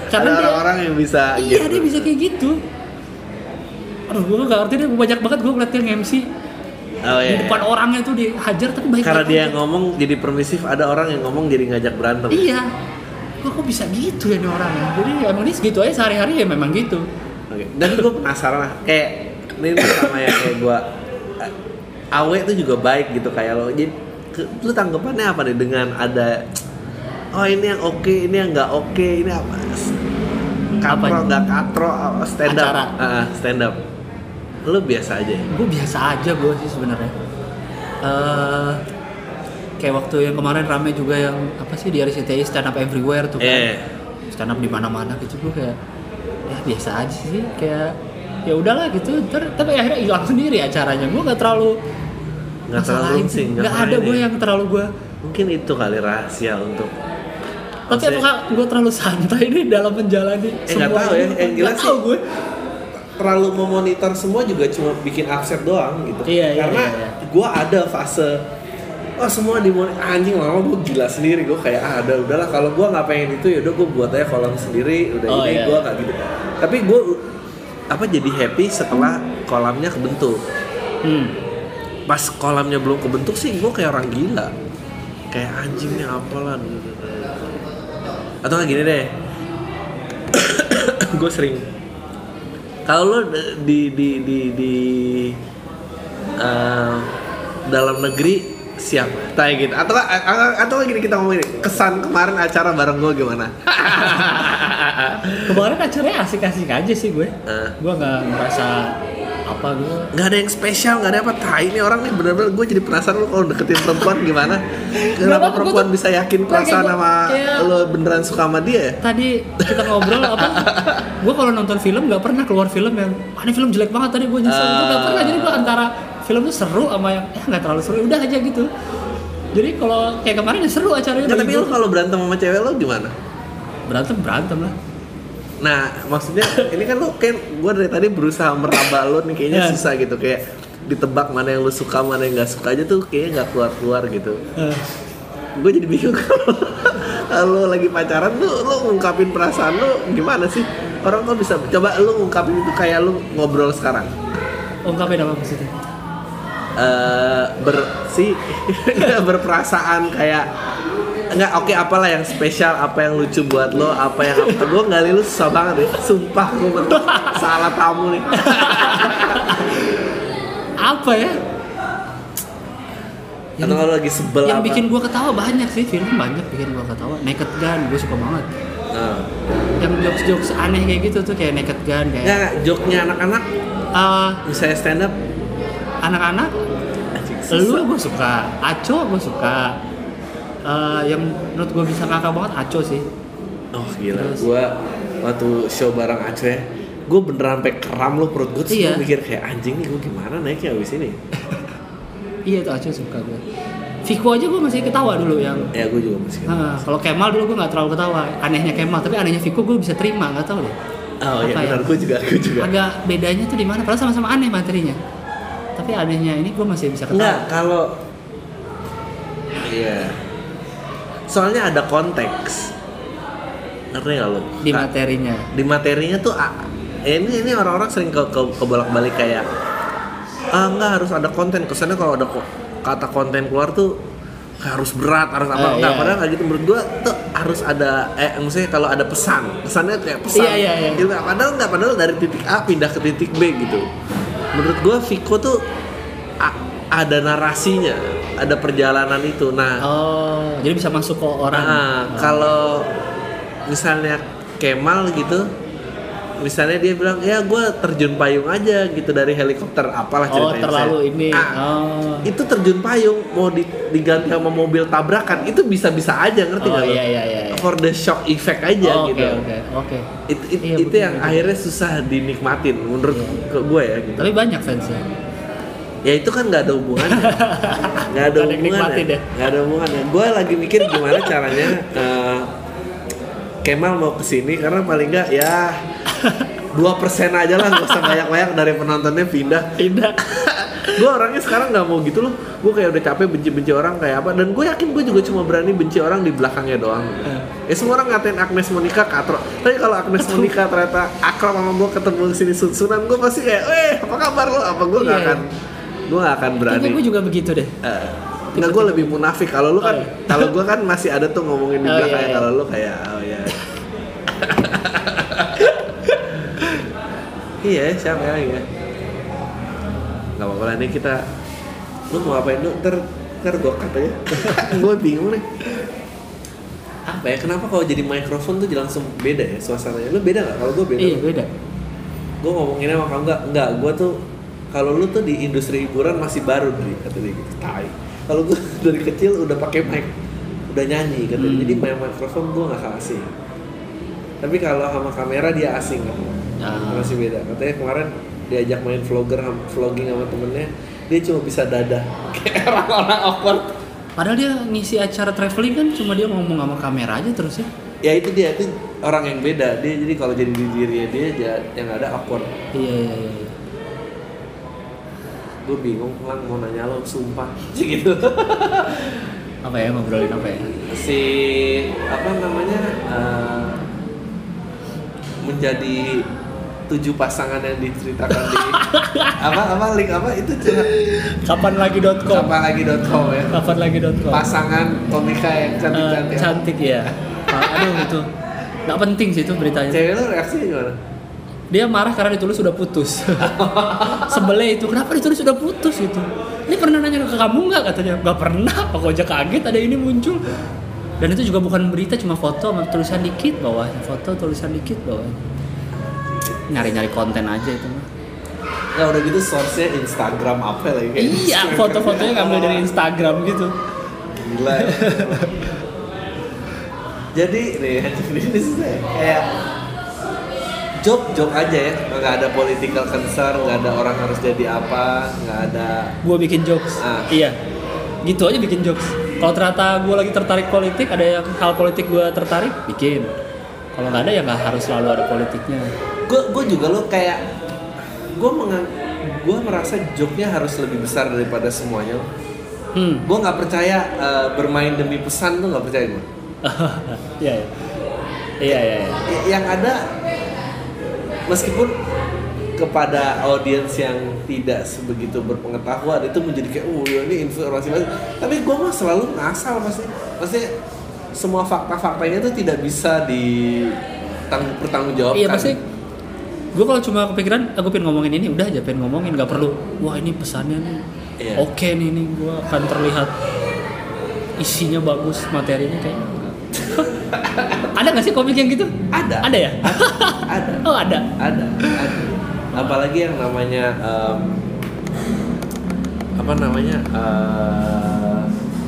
Karena ada dia, orang-orang yang bisa iya, gitu. dia bisa kayak gitu. Aduh, gue gak ngerti deh, banyak banget gue ngeliat dia nge-M C. Oh, iya, di depan iya. orangnya tuh dihajar tapi baik-baik Karena dia aja. ngomong jadi permisif, ada orang yang ngomong jadi ngajak berantem. Iya. Kok kok bisa gitu ya nih orangnya. Jadi emang dia segitu aja sehari-hari ya memang gitu. Oke. Dan gue penasaran lah, kayak ini sama yang kayak gue, Awe tuh juga baik gitu kayak lo. Jadi ke, lu tanggapannya apa nih dengan ada, oh ini yang oke, okay, ini yang nggak oke, okay, ini apa? Katro nggak katro, stand up, uh, stand up. Lu biasa aja ya? Gue biasa aja gue sih sebenarnya. Uh, kayak waktu yang kemarin rame juga yang apa sih di R C T I stand up everywhere tuh kan. Yeah. Stand up di mana-mana gitu, gue kayak ya biasa aja sih, kayak ya udahlah gitu. Ter, tapi akhirnya hilang sendiri acaranya. Gue nggak terlalu nggak terlalu sih, nggak ada gue yang terlalu gue. Mungkin itu kali rahasia untuk. Tapi apakah gue terlalu santai nih dalam menjalani eh, semua? Nggak tahu ya, yang jelas sih gue terlalu memonitor semua juga cuma bikin upset doang gitu. Iya, karena iya, iya. gue ada fase oh semua dimonitor, anjing lama gue gila sendiri, gue kayak ah ada udahlah kalau gue nggak pengen itu ya udah gue buat aja kolom sendiri udah oh, ini iya, gue nggak iya. gitu. Tapi gue apa jadi happy setelah kolamnya kebentuk. Hmm. Pas kolamnya belum kebentuk sih gue kayak orang gila, kayak anjingnya apalah. Atau nggak gini deh, gue sering kalau lo di di di di uh, dalam negeri siapa? Kayak gitu. Atau atau atau gini kita ngomongin kesan kemarin acara bareng gue gimana? Kemarin acaranya asik-asik aja sih gue. Uh. Gue nggak merasa apa gue. Nggak ada yang spesial, nggak ada apa. Tai ini orang nih benar-benar gue jadi penasaran lo kalau deketin perempuan gimana? Kenapa perempuan tuh, bisa yakin perasaan sama lo beneran suka sama dia? Tadi kita ngobrol apa? Gue kalau nonton film nggak pernah keluar film yang ah, ini film jelek banget tadi gue nyesel. Uh. Itu nggak pernah. Jadi gue antara film tuh seru sama yang ya nggak terlalu seru, udah aja gitu. Jadi kalau kayak kemarin ya seru acaranya. Ya, tapi lo kalau berantem sama cewek lo gimana? Berantem berantem lah. Nah maksudnya ini kan lo kan gue dari tadi berusaha meraba lo nih kayaknya yeah. susah gitu, kayak ditebak mana yang lo suka mana yang nggak suka aja tuh kayaknya nggak keluar keluar gitu. Uh. Gue jadi bingung kalau lo lagi pacaran tuh lo ngungkapin perasaan lo gimana sih? Orang kok bisa coba lo ngungkapin itu kayak lo ngobrol sekarang. Ungkapin apa maksudnya? Uh, bersih berperasaan kayak enggak oke okay, apalah yang spesial, apa yang lucu buat lo, apa yang apa gue ngali lu susah banget deh, sumpah gue betul salah tamu nih. Apa ya? Yang, atau kalau lagi sebel yang apa? Bikin gue ketawa banyak sih, film banyak bikin gue ketawa. Naked Gun gue suka banget. Uh. Yang jokes-jokes aneh kayak gitu tuh kayak Naked Gun kayak. Nggak, joke-nya anak-anak. Uh, misalnya stand up. Anak-anak. Lu gue suka, Aco gue suka. Uh, yang menurut gue bisa ngakak banget Aco sih. Oh gila, gue waktu show bareng Aco ya, gue beneran sampai kram lo perut gue. Terus iya. gue mikir kayak anjing nih gue gimana naiknya abis ini. Iya tuh Aco suka gue. Viko aja gue masih ketawa dulu yang. Ya gue juga masih ketawa. Nah, kalau Kemal dulu gue nggak terlalu ketawa. Anehnya Kemal, tapi anehnya Viko gue bisa terima, nggak tahu deh. Oh iya benar, gue juga, gue juga. Agak bedanya tuh di mana? Padahal sama-sama aneh materinya. Tapi anehnya ini gue masih bisa ketawa. Enggak, kalau iya. Soalnya ada konteks. Ngerti enggak lo? Di materinya. Di materinya tuh ya ini ini orang-orang sering ke, ke, ke bolak-balik kayak ah enggak harus ada konten. Kesannya kalau ada kata konten keluar tuh harus berat, harus apa. Eh, enggak, iya. Padahal enggak gitu menurut gua tuh harus ada eh maksudnya kalau ada pesan. Pesannya kayak pesan. Iya, iya, iya. Gitu. Padahal enggak, padahal dari titik A pindah ke titik B gitu. Menurut gua Viko tuh a, ada narasinya, ada perjalanan itu. Nah, oh, jadi bisa masuk ke orang. Nah, oh. Kalau misalnya Kemal gitu, misalnya dia bilang, ya gue terjun payung aja gitu dari helikopter, apalah ceritanya. Oh, terlalu saya. ini. Ah, oh. Itu terjun payung mau diganti sama mobil tabrakan, itu bisa-bisa aja, ngerti nggak oh, lo? Iya, iya, iya. For the shock effect aja oh, gitu. Oke, oke, oke. Itu it, iya, itu yang betul. Akhirnya susah dinikmatin menurut iya. gue ya. Gitu. Tapi banyak fansnya. Ya itu kan nggak ada hubungannya, nggak ada hubungannya, nggak ada hubungannya. Gue lagi mikir gimana caranya uh, Kemal mau kesini karena paling nggak ya dua persen aja lah, gak usah banyak-banyak dari penontonnya pindah. Pindah. Gue orangnya sekarang nggak mau gitu loh. Gue kayak udah capek benci-benci orang kayak apa. Dan gue yakin gue juga cuma berani benci orang di belakangnya doang. Uh. Ya semua orang ngatain Agnes Monica katro. Tapi kalau Agnes Monica ternyata akrab sama gue, ketemu di sini sun-sunan, gue pasti kayak, eh apa kabar lo? Apa gue nggak yeah. akan, gue nggak akan berani. Tapi gue juga begitu deh. Uh. Nggak, gue lebih munafik. Kalau lu kan, oh, iya. kalau gue kan masih ada tuh ngomongin di oh, belakangnya. Iya, iya. Kalau lu kayak, oh ya. Iya, siapa ya? Gak apa-apa lah, nih kita, lu mau ngapain lu? Ntar, ntar gue katanya. Gue bingung nih. Apa ya? Kenapa kalau jadi mikrofon tuh langsung beda ya suasananya? Lu beda nggak? Kalau gue beda. Iya beda. Gue ngomonginnya sama kamu nggak? Nggak. Gue tuh kalau lu tuh di industri hiburan masih baru dari katanya gitu. Tai. Kalau gue dari kecil udah pakai mic, udah nyanyi katanya. Hmm. Jadi main mikrofon gue nggak asing. Tapi kalau sama kamera dia asing kan. Ah. Masih beda. Katanya kemarin diajak main vlogger, vlogging sama temennya, dia cuma bisa dadah kayak orang-orang awkward. Padahal dia ngisi acara traveling kan cuma dia ngomong sama kamera aja terus ya. Ya itu dia, itu orang yang beda. Dia jadi kalau jadi dirinya dia yang ada awkward. Iya iya iya. Gue bingung lang mau nanya lo, sumpah gitu. Apa ya, ngobrolin apa ya? Si apa namanya uh, menjadi tujuh pasangan yang diceritakan di apa apa link apa itu cuma kapanlagi dot com kapanlagi dot com ya kapanlagi dot com pasangan komika yang cantik-cantik uh, cantik ya. Aduh itu nggak penting sih itu beritanya. Cewek lo reaksinya gimana? Dia marah karena ditulis sudah putus. Sebelnya itu, kenapa ditulis sudah putus gitu? Ini pernah nanya ke kamu nggak? Katanya nggak pernah. Aku aja kaget ada ini muncul. Dan itu juga bukan berita, cuma foto sama tulisan dikit bawahnya, foto tulisan dikit bawahnya. Nyari-nyari konten aja itu mah. Ya udah gitu source-nya Instagram apa lagi? Iya, foto-fotonya ngambil dari Instagram gitu. Gila. Ya. Jadi nih, ini sih kayak job-job aja ya, nggak ada political concern, nggak ada orang harus jadi apa, nggak ada. Gua bikin jokes. Ah. Iya, gitu aja bikin jokes. Kalau ternyata gue lagi tertarik politik, ada yang hal politik gue tertarik, bikin. Kalau nggak ada ya nggak harus selalu ada politiknya. Gue gue juga lo kayak gue mengang gue merasa joke-nya harus lebih besar daripada semuanya. Hmm. Gue nggak percaya uh, bermain demi pesan tuh nggak percaya gue. Iya iya iya. Yang ada meskipun kepada audiens yang tidak sebegitu berpengetahuan itu menjadi kayak oh ini informasi banget. Tapi gue mah selalu ngasal pasti. Pasti semua fakta-faktanya itu tidak bisa dipertanggungjawabkan. Iya pasti. Gue kalau cuma kepikiran, aku pengen ngomongin ini, udah aja pengen ngomongin, nggak perlu. Wah ini pesannya nih, yeah. Oke okay nih, nih gue akan terlihat isinya bagus, materinya kayaknya. Ada nggak sih komik yang gitu? Ada. Ada ya? Ada. ada. Oh ada. Ada. Ada. Apalagi yang namanya um, apa namanya? Uh,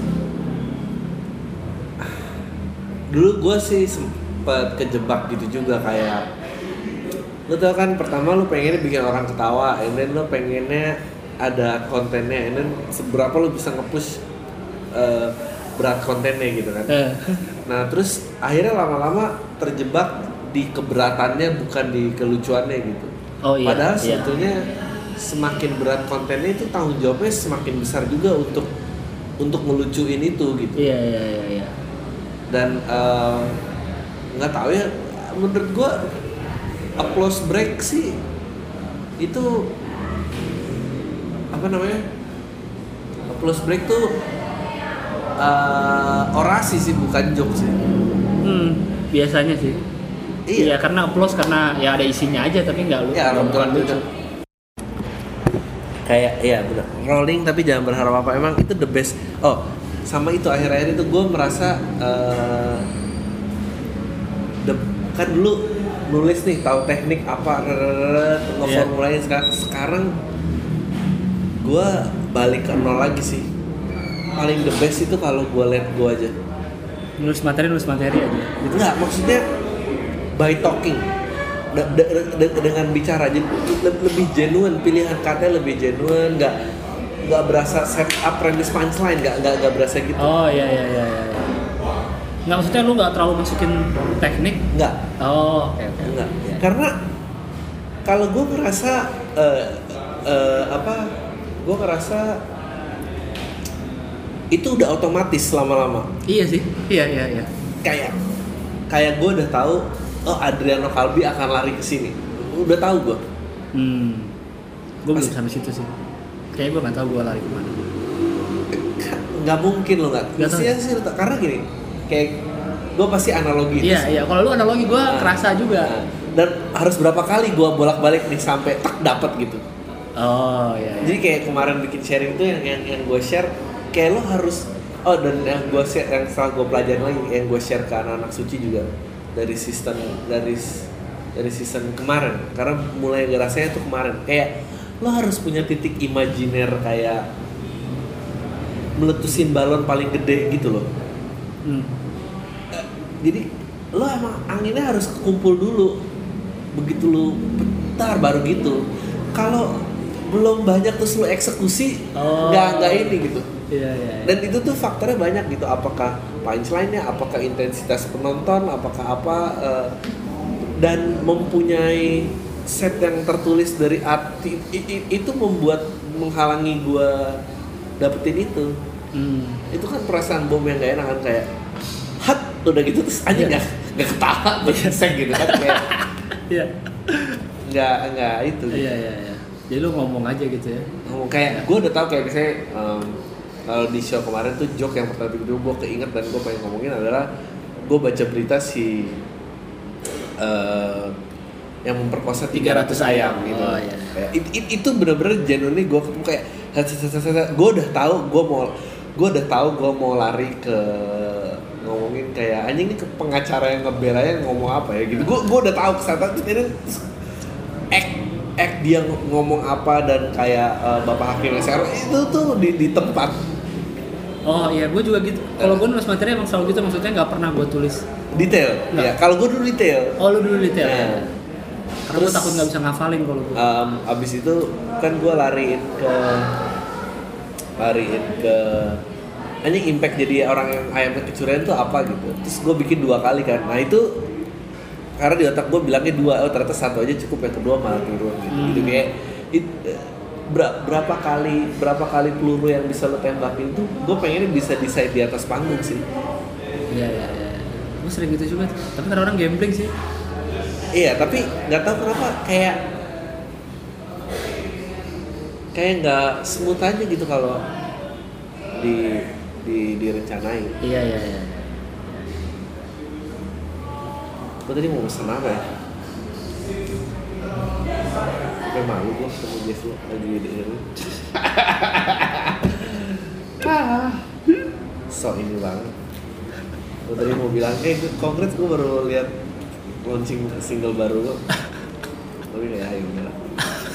dulu gue sih sempet kejebak gitu juga kayak. Lu tau kan pertama lu pengennya bikin orang ketawa, and then lu pengennya ada kontennya, and then seberapa lu bisa nge-push uh, berat kontennya gitu kan. Uh. Nah terus akhirnya lama-lama terjebak di keberatannya bukan di kelucuannya gitu. Oh, iya, Padahal iya. sebetulnya semakin berat kontennya itu tanggung jawabnya semakin besar juga untuk untuk ngelucuin itu gitu. Iya iya iya. iya. Dan nggak uh, tahu ya, menurut gua applause break sih itu apa namanya? Applause break tuh uh, orasi sih bukan joke sih. Hmm, biasanya sih. Iya, iya karena applause karena ya ada isinya aja tapi nggak lu. Ya, bukan lucu. Kayak iya benar. Rolling tapi jangan berharap apa. Emang itu the best. Oh, sama itu akhir-akhir itu gue merasa uh, the, kan dulu nulis nih tahu teknik apa ngeformulain yeah. sekarang sekarang gue balik ke nol lagi sih. Paling the best itu kalau gue let go aja, nulis materi nulis materi aja gitu. Nggak, maksudnya by talking de- de- de- dengan bicara jadi lebih genuine, pilihan katanya lebih genuine, nggak nggak berasa set up premise punchline, nggak nggak nggak berasa gitu. Oh iya iya iya, iya. Nggak, maksudnya lu nggak terlalu masukin teknik? Nggak. Oh, oke okay, oke. Okay. Nggak. Ya. Karena kalau gue ngerasa uh, uh, apa gue ngerasa itu udah otomatis lama-lama. Iya sih, iya iya iya. Kayak kayak gue udah tahu, oh Adriano Calvi akan lari ke sini. Udah tahu gue. Hmm. Gue belum sampai situ sih. Kayaknya gue nggak tahu gue lari kemana. Nggak mungkin lo nggak. Mestinya sih karena gini, kayak gue pasti analogi. Iya iya. Kalau lu analogi gue nah, kerasa juga. Nah, dan harus berapa kali gue bolak-balik nih sampai tak dapat gitu. Oh iya, iya. Jadi kayak kemarin bikin sharing itu yang yang, yang gue share, kayak lo harus oh dan yang gue share yang setelah gue pelajari lagi yang gue share ke anak-anak suci juga dari sistem dari dari season kemarin karena mulai rasanya tuh kemarin kayak lo harus punya titik imajiner kayak meletusin balon paling gede gitu loh. Hmm. Jadi lo emang anginnya harus kumpul dulu begitu lo bentar baru gitu. Kalau belum banyak terus lo eksekusi nggak oh. nggak ini gitu. Iya, iya, iya. Dan itu tuh faktornya banyak gitu. Apakah punchline-nya, apakah intensitas penonton, apakah apa uh, dan mempunyai set yang tertulis dari arti itu membuat menghalangi gua dapetin itu. Hmm. Itu kan perasaan bom yang gak enak kan kayak hat udah gitu terus aja nggak yeah. nggak ketawa bersek gitu kan kayak iya nggak nggak itu gitu. Iya iya iya. Jadi lu ngomong aja gitu ya. Ngomong kayak ya. Gue udah tahu kayak misalnya um, kalau di show kemarin tuh joke yang pertama kedua gue keinget dan gue pengen ngomongin adalah gue baca berita si uh, yang memperkosa tiga ratus ayam gitu. Oh, iya. Kayak, it, it, itu bener-bener genuinely gue ketemu kayak gue udah tahu gue mau gue udah tahu gue mau lari ke ngomongin kayak anjing ini ke pengacara yang ngebelanya ngomong apa ya gitu. Gue gue udah tahu kesana tuh ini act act dia ngomong apa dan kayak uh, Bapak Hakim Esero itu tuh di, di tempat. Oh iya, gue juga gitu. Kalau gue nulis materi emang selalu gitu, maksudnya nggak pernah gue tulis detail. Iya, kalau gue dulu detail. Oh lu dulu detail. Nah, ya. Karena gue takut nggak bisa ngafalin kalau gue. Um, abis itu kan gue lariin ke lariin ke anjing impact jadi orang yang ayamnya kecurian tuh apa gitu. Terus gue bikin dua kali kan. Nah itu karena di otak gue bilangnya dua, oh ternyata satu aja cukup, yang kedua malah turun gitu. Hmm. Gitu kayak it, berapa kali berapa kali peluru yang bisa lo tembakin tuh gue pengennya bisa decide di atas panggung sih. Iya iya iya. Gue sering gitu juga. Tapi kan orang gambling sih. Iya tapi nggak tahu kenapa kayak kayak nggak smooth aja gitu kalau di di direncanain. Iya iya iya. Gue tadi mau pesen apa ya? Gue malu gue ketemu Jeff lo lagi dengerin. So ini banget. Gue tadi mau bilang, eh konkret gue baru lihat launching single baru lo. Tapi kayak ayo udah lah.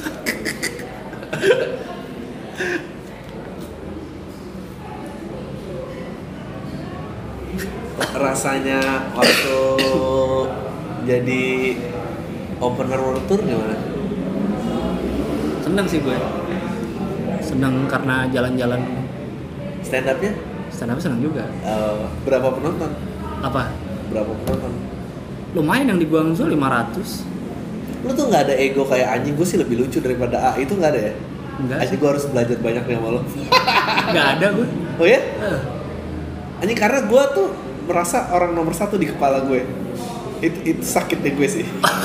Rasanya waktu jadi opener World Tour gimana? Seneng sih gue. Seneng karena jalan-jalan. Stand up-nya? Stand up seneng juga. Uh, berapa penonton? Apa? Berapa penonton? Lumayan yang di Guangzhou lima ratus. Lu tuh gak ada ego kayak anjing gue sih lebih lucu daripada A, itu gak ada ya? Enggak. Anjing gue harus belajar banyak nih sama lo. Gak ada gue. Oh ya? Uh. Anjing karena gue tuh merasa orang nomor satu di kepala gue. Itu itu sakit deh gue sih.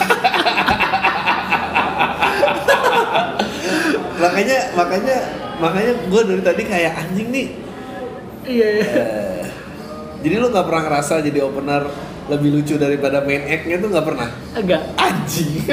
makanya makanya makanya gue dari tadi kayak anjing nih. Iya. iya. Uh, jadi lu nggak pernah ngerasa jadi opener lebih lucu daripada main act-nya tuh nggak pernah? Enggak. Anjing.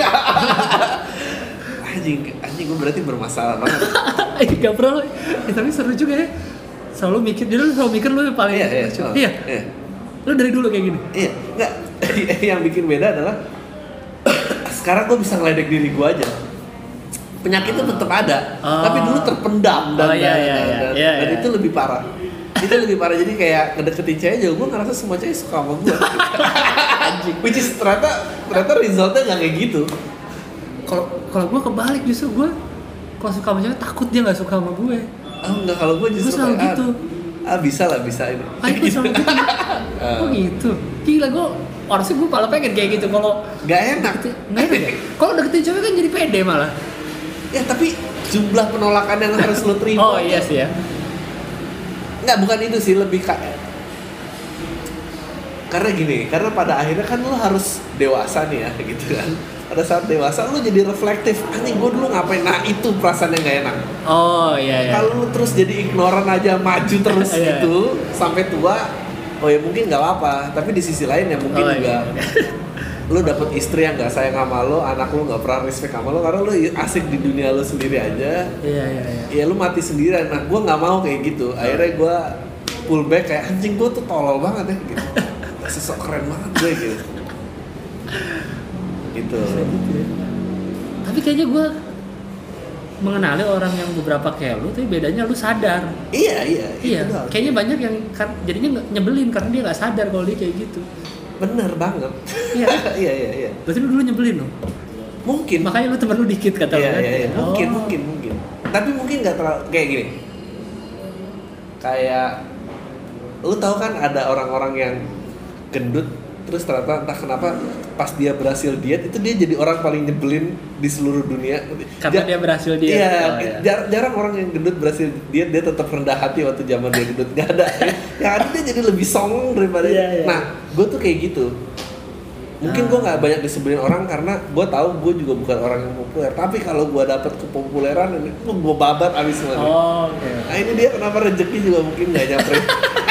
anjing anjing gue berarti bermasalah banget. Enggak pernah. Eh, tapi seru juga ya. Selalu mikir, jadi lu selalu mikir lu yang paling iya, iya, lucu. oh, iya. iya. Lu dari dulu kayak gini? Iya, enggak. Yang bikin beda adalah sekarang gue bisa ngeledek diri gue aja. Penyakit itu tetap ada, oh. tapi dulu terpendam dan, oh, iya, iya, dan, iya, dan, iya, dan iya. itu lebih parah. Itu lebih parah, jadi kayak ngedeketin cewek aja, gue ngerasa semua cewek suka sama gue. Which is ternyata ternyata resultnya nggak kayak gitu. Kalau kalau gue kebalik justru gue kalau suka sama cewek takut dia nggak suka sama gue. Oh enggak, kalau gue justru gue selalu gitu. Ah bisa lah, bisa ini. Ah, gue selalu gitu. Oh gitu. Gila gue harusnya gue malah pengen kayak gitu. Kalau nggak enak, nggak enak ya. Kalau deketin cewek kan jadi pede malah. Ya tapi jumlah penolakan yang harus lo terima. Oh iya sih ya. Nggak, bukan itu sih, lebih kayak karena gini, karena pada akhirnya kan lo harus dewasa nih ya, gitu kan. Pada saat dewasa lo jadi reflektif, anjing gue dulu ngapain, nah itu perasaan yang gak enak. Oh iya iya. Kalau lo terus jadi ignoran aja, maju terus gitu sampai tua, oh ya mungkin nggak apa-apa. Tapi di sisi lain ya mungkin oh, juga iya. Lo dapet istri yang nggak sayang sama lo, anak lo nggak pernah respect sama lo karena lo asik di dunia lo sendiri aja. Iya iya iya. Ya lo mati sendirian. Nah gue nggak mau kayak gitu. Akhirnya gue pull back kayak anjing gue tuh tolol banget ya gitu. Sesok keren banget gue gitu. Gitu. gitu ya. Tapi kayaknya gue mengenali orang yang beberapa kayak lu, tapi bedanya lu sadar. Iya iya. Iya. Kayaknya banyak yang jadinya nyebelin karena dia nggak sadar kalau dia kayak gitu. Bener banget. Iya. iya iya iya. Berarti lu dulu nyebelin lo? Mungkin. Makanya lu temen lu dikit kata lu iya, kan? Iya iya. Mungkin oh. mungkin mungkin. Tapi mungkin nggak terlalu kayak gini. Kayak lu tahu kan ada orang-orang yang gendut terus ternyata entah kenapa pas dia berhasil diet itu dia jadi orang paling nyebelin di seluruh dunia karena dia berhasil diet. Iya, oh, iya. Jar- jarang orang yang gendut berhasil diet dia tetap rendah hati waktu zaman dia gendut, nggak ada. Yang ada dia jadi lebih songong daripada. Iya, iya. Nah, gue tuh kayak gitu. Mungkin ah. gue nggak banyak disebelin orang karena gue tahu gue juga bukan orang yang populer. Tapi kalau gue dapet kepopuleran ini gue babat abis semua. Oh, okay. Nah ini dia kenapa rezeki juga mungkin nggak nyamperin.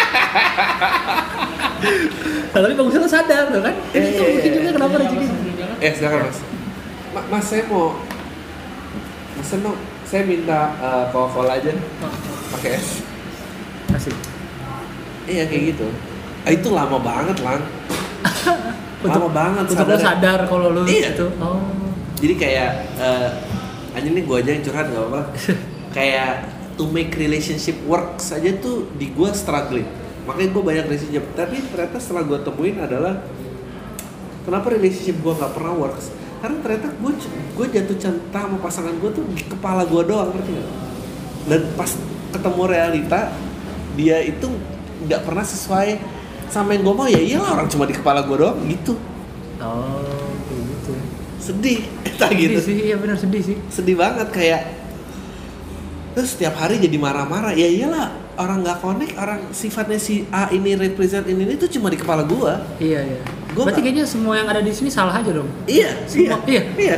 Nah, tapi bagusnya lo sadar tuh kan? Ini eh, tuh eh, mungkin juga kenapa rezeki. Eh silakan mas. Ma- mas saya mau, mas mau, saya minta uh, Coca-Cola aja, oh. pakai es. Kasih. Iya kayak gitu. Ah, itu lama banget lang. lama banget. Untuk lo sadar kalau lo iya. itu. Oh. Jadi kayak, uh, aja nih gue aja yang curhat nggak apa-apa. Kayak to make relationship works aja tuh di gue struggling. Makanya gue banyak relationship, tapi ternyata setelah gue temuin adalah kenapa relationship gue nggak pernah works? Karena ternyata gue gue jatuh cinta sama pasangan gue tuh di kepala gue doang, ngerti nggak? Dan pas ketemu realita dia itu nggak pernah sesuai sama yang gue mau, ya iyalah orang cuma di kepala gue doang gitu. Oh, gitu. Sedih, entah sedih gitu. Sih, iya benar sedih sih. Sedih banget kayak terus setiap hari jadi marah-marah, ya iyalah orang nggak connect, orang sifatnya si A ini represent ini itu cuma di kepala gua. Iya iya. Gua berarti gak... kayaknya semua yang ada di sini salah aja dong. Iya. Semua, iya. Iya.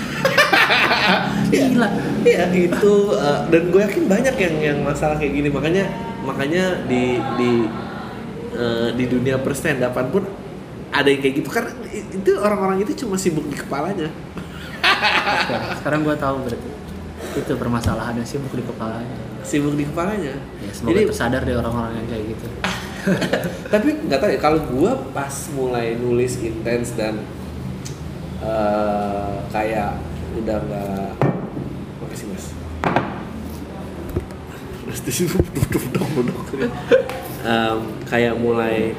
Iya. Gila. Iya gitu. Uh, dan gue yakin banyak yang yang masalah kayak gini, makanya makanya di di uh, di dunia perstand-upan pun ada yang kayak gitu karena itu orang-orang itu cuma sibuk di kepalanya. Oke, sekarang gua tahu berarti. Itu permasalahannya sibuk di kepalanya. Sibuk di kepalanya. Ya, semoga jadi, tersadar deh orang-orang yang kayak gitu. Tapi nggak tahu ya, kalau gue pas mulai nulis intens dan uh, kayak udah nggak, makasih mas. Terus duduk duduk duduk. Kayak mulai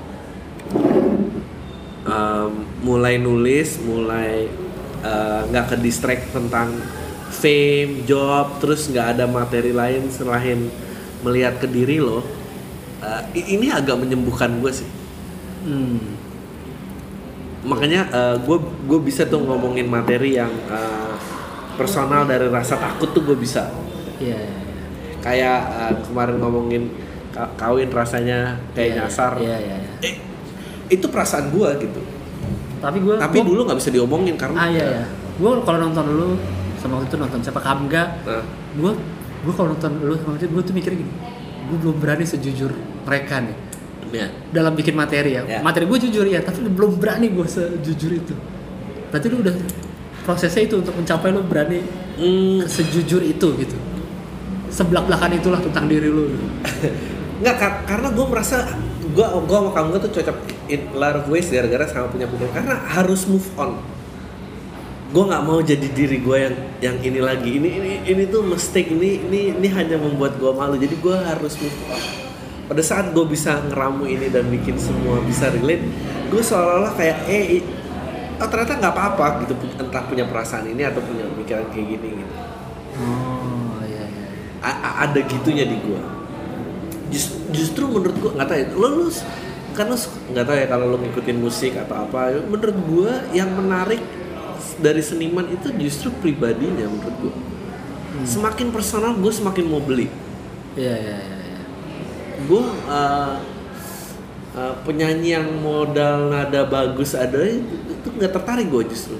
um, mulai nulis, mulai nggak uh, ke distract tentang fame, job, terus nggak ada materi lain selain melihat ke diri lo. Uh, ini agak menyembuhkan gue sih. Hmm. Makanya gue uh, gue bisa tuh ngomongin materi yang uh, personal dari rasa takut tuh gue bisa. Iya. Yeah. Kayak uh, kemarin ngomongin kawin rasanya kayak yeah, nyasar. Iya yeah, iya. Yeah, yeah. eh, itu perasaan gue gitu. Tapi gue. Tapi gua, dulu nggak bisa diomongin karena. Ah iya iya. Gue kalau nonton dulu sama waktu itu nonton siapa Kamga, nah. gue gue kalau nonton lu sama itu gue tuh mikir gini, gue belum berani sejujur mereka nih ya. Dalam bikin materi ya, ya. Materi gue jujur ya, tapi belum berani gue sejujur itu. Berarti lu udah prosesnya itu untuk mencapai lu berani hmm. sejujur itu gitu, sebelak-belakan itulah tentang diri lu. Nggak kar- karena gue merasa gue gue sama Kamga tuh cocok in a lot of ways gara-gara sama punya pikiran karena harus move on. Gue nggak mau jadi diri gue yang yang ini lagi, ini ini ini tuh mistake, ini ini ini hanya membuat gue malu, jadi gue harus move on. Pada saat gue bisa ngeramu ini dan bikin semua bisa relate, gue seolah-olah kayak eh oh ternyata nggak apa-apa gitu, entah punya perasaan ini atau punya pikiran kayak gini gitu. Oh iya iya. A- ada gitunya di gue. Just, justru menurut gue nggak tahu ya, lo, lo kan lu nggak tahu ya kalau lu ngikutin musik atau apa, menurut gua yang menarik dari seniman itu justru pribadinya menurut gua. Hmm. Semakin personal gua semakin mau beli. Iya iya iya. Ya. Gua uh, uh, penyanyi yang modal nada bagus ada itu nggak tertarik gua justru.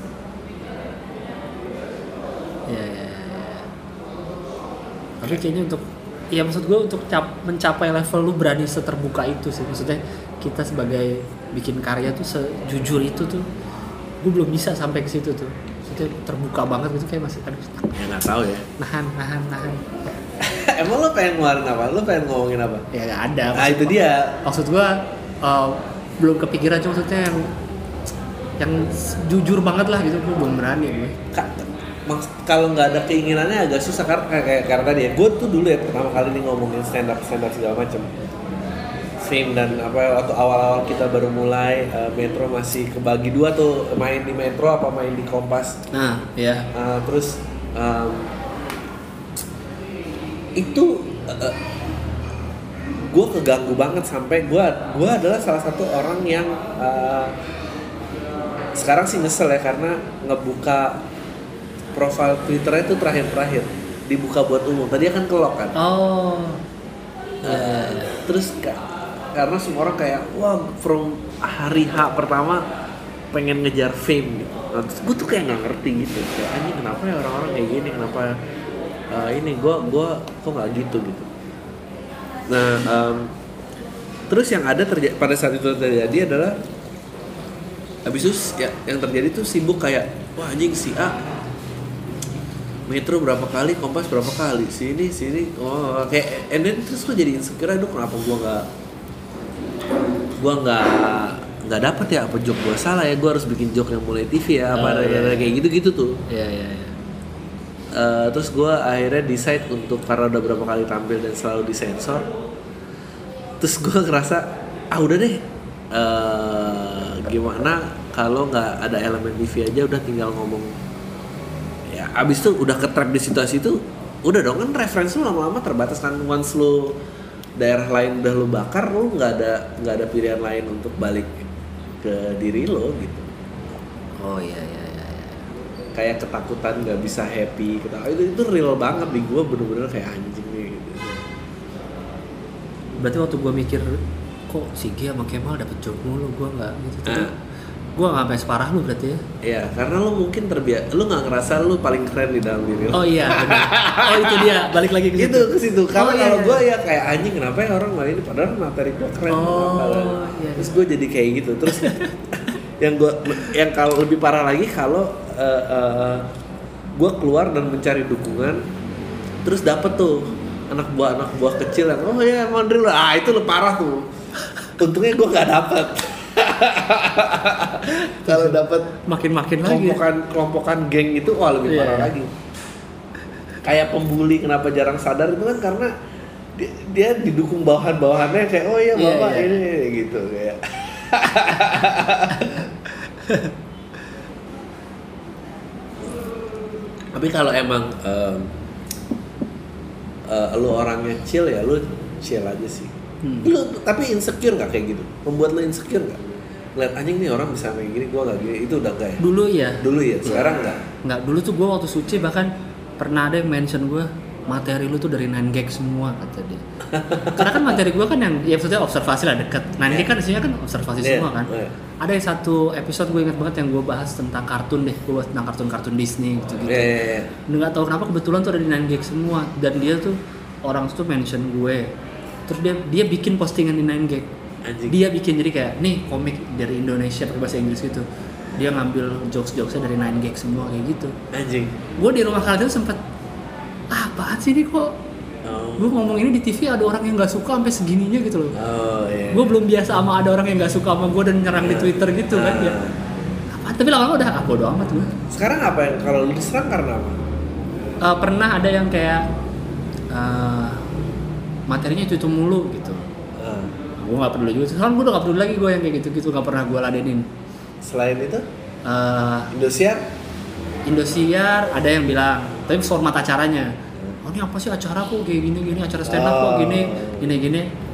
Iya iya. Ya. Tapi kayaknya untuk ya maksud gue untuk cap, mencapai level lu berani seterbuka itu sih, maksudnya kita sebagai bikin karya tuh sejujur itu tuh gue belum bisa sampai ke situ tuh, maksudnya terbuka banget gitu kayak masih aduh ya nggak tahu ya nahan nahan nahan. Emang lo pengen ngeluarin apa? Lo pengen ngomongin apa? Ya nggak ada. Ah itu dia. Maksud gue uh, belum kepikiran, cuma maksudnya yang yang jujur banget lah gitu, gue belum berani gue. Kalau nggak ada keinginannya agak susah karena kayak karena tadi ya, gue tuh dulu ya pertama kali nih ngomongin stand up stand up segala macam, fame dan apa waktu awal-awal kita baru mulai uh, Metro masih kebagi dua tuh, main di Metro apa main di Kompas. Nah ya. Uh, terus um, itu uh, gue keganggu banget sampai gue gue adalah salah satu orang yang uh, sekarang sih nyesel ya karena ngebuka profil Twitternya itu terakhir-terakhir dibuka buat umum. Tadi kan kelok kan. Oh. Uh, uh, terus ka- karena semua orang kayak wah from hari H pertama pengen ngejar fame gitu. Nah, terus gue tuh kayak nggak ngerti gitu. Kayak anjing kenapa ya orang-orang kayak gini, kenapa uh, ini gue gue kok nggak gitu gitu. Nah um, terus yang ada terjadi pada saat itu terjadi adalah habis itu ya yang terjadi tuh sibuk kayak wah anjing si A Metro berapa kali, Kompas berapa kali, sini sini, oh kayak, and then terus lo jadi insecure, aduh kenapa gue nggak, gue nggak nggak dapet ya, apa joke gue salah ya, gue harus bikin joke yang mulai T V ya, apa oh, iya, iya. Kayak gitu-gitu tuh. Iya iya. iya. Uh, terus gue akhirnya decide untuk karena udah berapa kali tampil dan selalu disensor, terus gue ngerasa ah udah deh, uh, gimana kalau nggak ada elemen T V aja, udah tinggal ngomong. Ya, abis itu udah ke-trap di situasi itu, udah dong kan referensi lu lama-lama terbatas kan. Once lu daerah lain udah lu bakar, lu nggak ada nggak ada pilihan lain untuk balik ke diri lo gitu. Oh iya iya iya. Kayak ketakutan nggak bisa happy, ketawa itu itu real banget di gue, bener-bener kayak anjing nih. Gitu. Berarti waktu gue mikir kok Sigi sama Kemal dapet joke mulu, gue nggak gitu. Nah, gue nggak sampai separah lu berarti ya? Iya, karena lu mungkin terbiasa, lu nggak ngerasa lu paling keren di dalam diri lu. Oh iya, benar. Oh itu dia, balik lagi ke situ. Itu ke situ. Karena oh, iya, kalau iya. gue ya kayak anjing, kenapa ya orang malah ini padahal materi gue keren. Oh, iya. Terus gue jadi kayak gitu. Terus yang gue, yang kalau lebih parah lagi kalau uh, uh, gue keluar dan mencari dukungan, terus dapet tuh anak buah anak buah kecil yang oh ya Mandril, ah itu lu parah tuh. Untungnya gue nggak dapet. Kalau dapat makin-makin lagi kelompokan kelompokan geng itu wah lebih parah yeah. lagi. Kayak pembuli kenapa jarang sadar itu kan karena dia, dia didukung bawahan-bawahannya kayak oh iya bapak yeah, yeah. ini gitu kayak. Tapi kalau emang um, uh, lu orangnya chill ya lu chill aja sih. Hmm. Lu tapi insecure nggak kayak gitu? Membuat lu insecure nggak? Lihat anjing nih orang bisa kayak gini, gue nggak gini, itu udah nggak ya? Dulu ya. Dulu ya, sekarang nggak? Nggak, dulu tuh gue waktu suci bahkan pernah ada yang mention gue materi lu tuh dari nine gag semua kata dia. Karena kan materi gue kan yang ya maksudnya observasi lah dekat. nine gag kan isinya kan observasi yeah. semua kan. Yeah. Ada yang satu episode gue ingat banget yang gue bahas tentang kartun deh, gue bahas tentang kartun-kartun Disney gitu-gitu. Yeah, yeah, yeah. Nggak tahu kenapa kebetulan tuh ada di nine gag semua dan dia tuh orang tuh mention gue. Terus dia dia bikin postingan di nine gag. Anjing. Dia bikin jadi kayak nih komik dari Indonesia pakai bahasa Inggris gitu. Dia ngambil jokes-jokesnya dari nine gag semua kayak gitu. Anjing. Gue di rumah karantina sempet ah, apaan sih ini kok? Oh. Gue ngomong ini di T V ada orang yang nggak suka sampai segininya gitu loh. Oh, yeah. Gue belum biasa sama ada orang yang nggak suka sama gue dan nyerang yeah. di Twitter gitu uh. kan ya. Apa? Tapi lama-lama udah ah bodo amat gue. Sekarang apa yang kalau lu diserang karena apa? Uh, pernah ada yang kayak uh, materinya itu itu mulu gitu. Uh. Gue nggak peduli juga. Sekarang gue udah nggak peduli lagi gue yang kayak gitu-gitu, nggak pernah gue ladenin. Selain itu? Uh, Indosiar? Indosiar ada yang bilang, tapi format acaranya. Oh ini apa sih acara kok kayak gini-gini, acara stand up kok gini, gini-gini.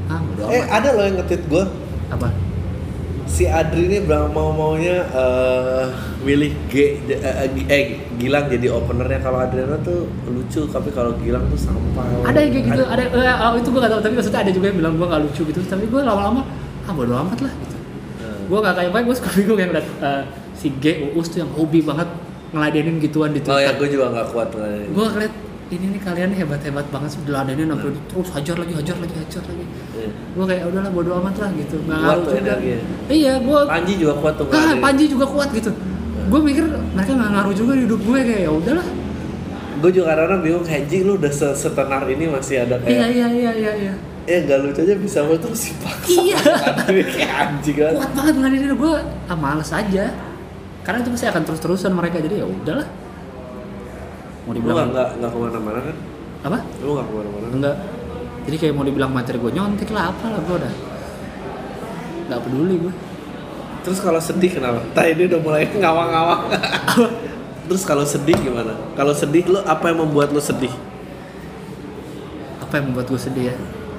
ah bodo Eh amat. ada loh yang nge-tweet gue. Apa? Si Adri ini mau maunya uh, milih G uh, eh Gilang jadi openernya. Kalau Adriana tuh lucu, tapi kalau Gilang tuh sampah. Ada yang kayak gitu, ada, ada uh, itu gue gak tahu, tapi maksudnya ada juga yang bilang gue gak lucu gitu, tapi gue lama-lama ah bodo amat lah gitu. Hmm. Gue gak kayak baik, gue suka bingung yang liat uh, si G Uus tuh yang hobi banget ngeladenin gituan di Twitter. Oh ya, gue juga gak kuat ngeladenin. Gue ngeliat ini nih kalian hebat-hebat banget sih diladenin sampai hmm. terus hajar lagi, hajar lagi, hajar lagi. Hmm. Gue kayak udahlah bodo amat lah gitu. Nggak ngaruh juga. Iya, gue. Panji juga kuat tuh. Ah, Panji juga kuat gitu. Hmm. Gue mikir mereka nggak ngaruh juga di hidup gue, kayak ya udahlah. Gue juga kadang-kadang bingung, Henji lu udah setenar ini masih ada kayak. Iya iya iya iya. iya. Eh gak lucu aja bisa mau terus si paksa. Iya. Kayak anjing kan. Kuat banget ngeladenin gue. Ah males aja. Karena itu pasti akan terus-terusan mereka, jadi ya udahlah. Mau dibilang lu nggak nggak kemana-mana kan? Apa? Lu nggak kemana-mana? Enggak. Jadi kayak mau dibilang materi gue nyontek lah, apa lah, gue udah nggak peduli gue. Terus kalau sedih kenapa? Tadi dia udah mulai ngawang-ngawang. Terus kalau sedih gimana? Kalau sedih lu apa yang membuat lu sedih? Apa yang membuat gue sedih ya?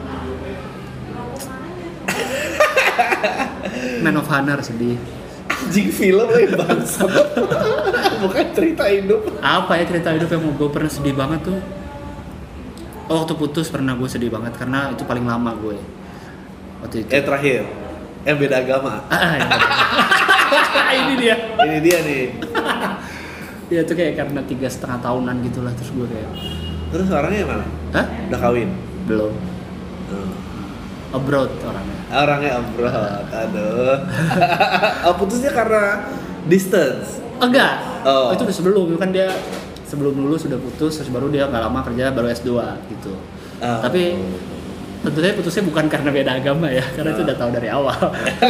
Man of Honor sedih. Anjing film yang bangsa. Bukan cerita hidup. Apa ya cerita hidup yang gue pernah sedih banget tuh? Oh, waktu putus pernah gue sedih banget karena itu paling lama gue. Waktu itu. Eh terakhir. Eh beda agama. Ah, ya. Ini dia. Ini dia nih. Dia tuh kayak karena tiga setengah tahunan gitulah, terus gue kayak. Terus orangnya mana? Hah? Udah kawin? Belum. Hmm. Abroad orangnya. Orangnya abroad. Aduh. Oh, putusnya karena distance. Enggak. Oh. Oh, itu udah sebelum, kan dia sebelum lulus sudah putus, terus baru dia nggak lama kerja baru S dua gitu. Oh. Tapi tentu saja putusnya bukan karena beda agama ya, karena oh. itu udah tahu dari awal.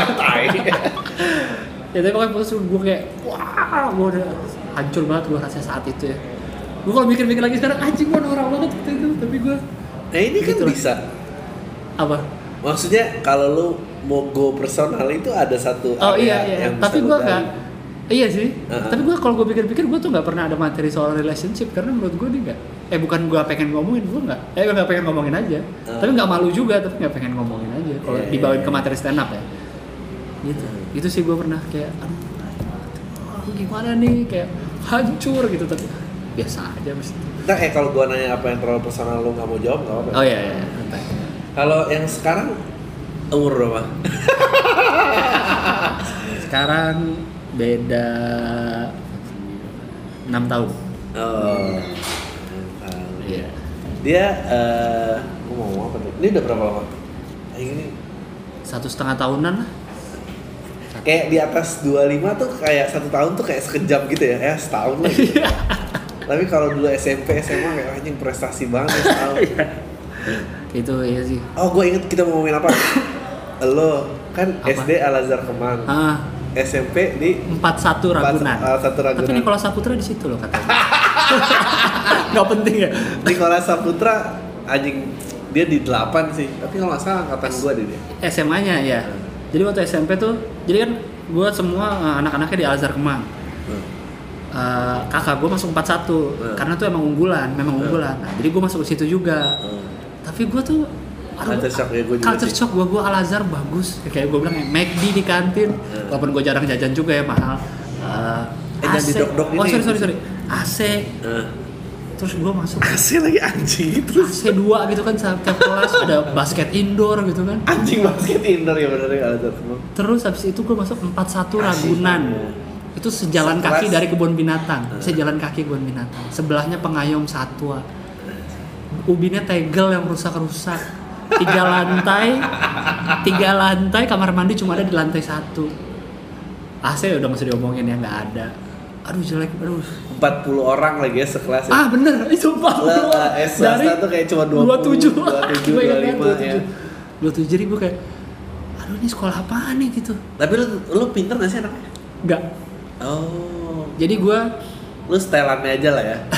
Ya tapi pokoknya putus gue kayak wah, gue udah hancur banget gue rasanya saat itu ya. Gue kalau mikir-mikir lagi sekarang anjing gue norak banget waktu itu, tapi gue. Nah ini kan gitu bisa. Apa? Maksudnya kalau lu mau go personal itu ada satu oh, area iya, iya. yang tapi gue nggak. Iya sih, uh-huh. Tapi gue kalau gue pikir-pikir gue tuh nggak pernah ada materi soal relationship karena menurut gue dia nggak, eh bukan gue pengen ngomongin, gue nggak, eh gue nggak pengen ngomongin aja, uh-huh. Tapi nggak malu juga, tapi nggak pengen ngomongin aja kalau yeah, dibawain yeah. ke materi stand up ya, gitu, uh-huh. Itu sih gue pernah kayak, aduh, gimana nih, kayak hancur gitu, tapi biasa aja mesti. Nah, eh kalau gue nanya apa yang terlalu personal lo nggak mau jawab nggak apa-apa. Oh iya iya. Kalau yang sekarang umur berapa? Sekarang beda enam tahun. Oh. Iya. Dia uh, gue mau ngomong apa tuh? Ini udah berapa lama? Ini satu setengah tahunan lah. Kayak di atas dua puluh lima tuh kayak satu tahun tuh kayak sekejap gitu ya. Eh setahun lah gitu. Tapi kalau dulu S M P, S M A kayak anjing prestasi banget ya setahun. Itu iya sih. Oh, gue inget kita mau ngomongin apa? Lo kan apa? S D Al-Azhar Kemang. Ah. S M P di empat satu Ragunan. empat satu Ragunan. Tapi Nicholas Saputra di situ loh katanya. Gak penting ya. Nicholas Saputra anjing dia di delapan sih. Tapi kalau enggak salah angkatan gua deh dia. S M A-nya ya. Hmm. Jadi waktu S M P tuh, jadi kan gua semua uh, anak-anaknya di Al-Azhar Kemang. Hmm. Uh, kakak gua masuk empat satu hmm. karena tuh emang unggulan, memang hmm. unggulan. Nah, jadi gua masuk ke situ juga. Hmm. Tapi gua tuh aduh, culture shock ya gue juga culture shock gue, gue Al-Azhar bagus kayak gue bilang ya, McD di kantin hmm. walaupun gue jarang jajan juga ya mahal uh, eh, A C oh sorry sorry sorry A C hmm. Terus gue masuk A C lagi anjing terus A C dua gitu kan setiap kelas ada basket indoor gitu kan anjing basket indoor ya bener ya Al-Azhar semua. Terus habis itu gue masuk empat satu Ragunan hmm. itu sejalan Sekelas. Kaki dari kebun binatang hmm. sejalan kaki kebun binatang sebelahnya Pengayom Satwa ubinnya tegel yang rusak-rusak tiga lantai, tiga lantai kamar mandi cuma ada di lantai satu. A C udah nggak usah diomongin ya nggak ada. Aduh jelek, aduh. empat puluh orang lagi ya sekelas ya. Ah bener itu empat puluh. Lah, eh, swasta tuh kayak cuma dua puluh, dua puluh tujuh, dua puluh tujuh, dua puluh lima ya. dua puluh tujuh jadi gue kayak, aduh ini sekolah apaan nih gitu. Tapi lu lu pinter nggak sih anaknya? Nggak. Oh. Jadi gue, lu stylannya aja lah ya.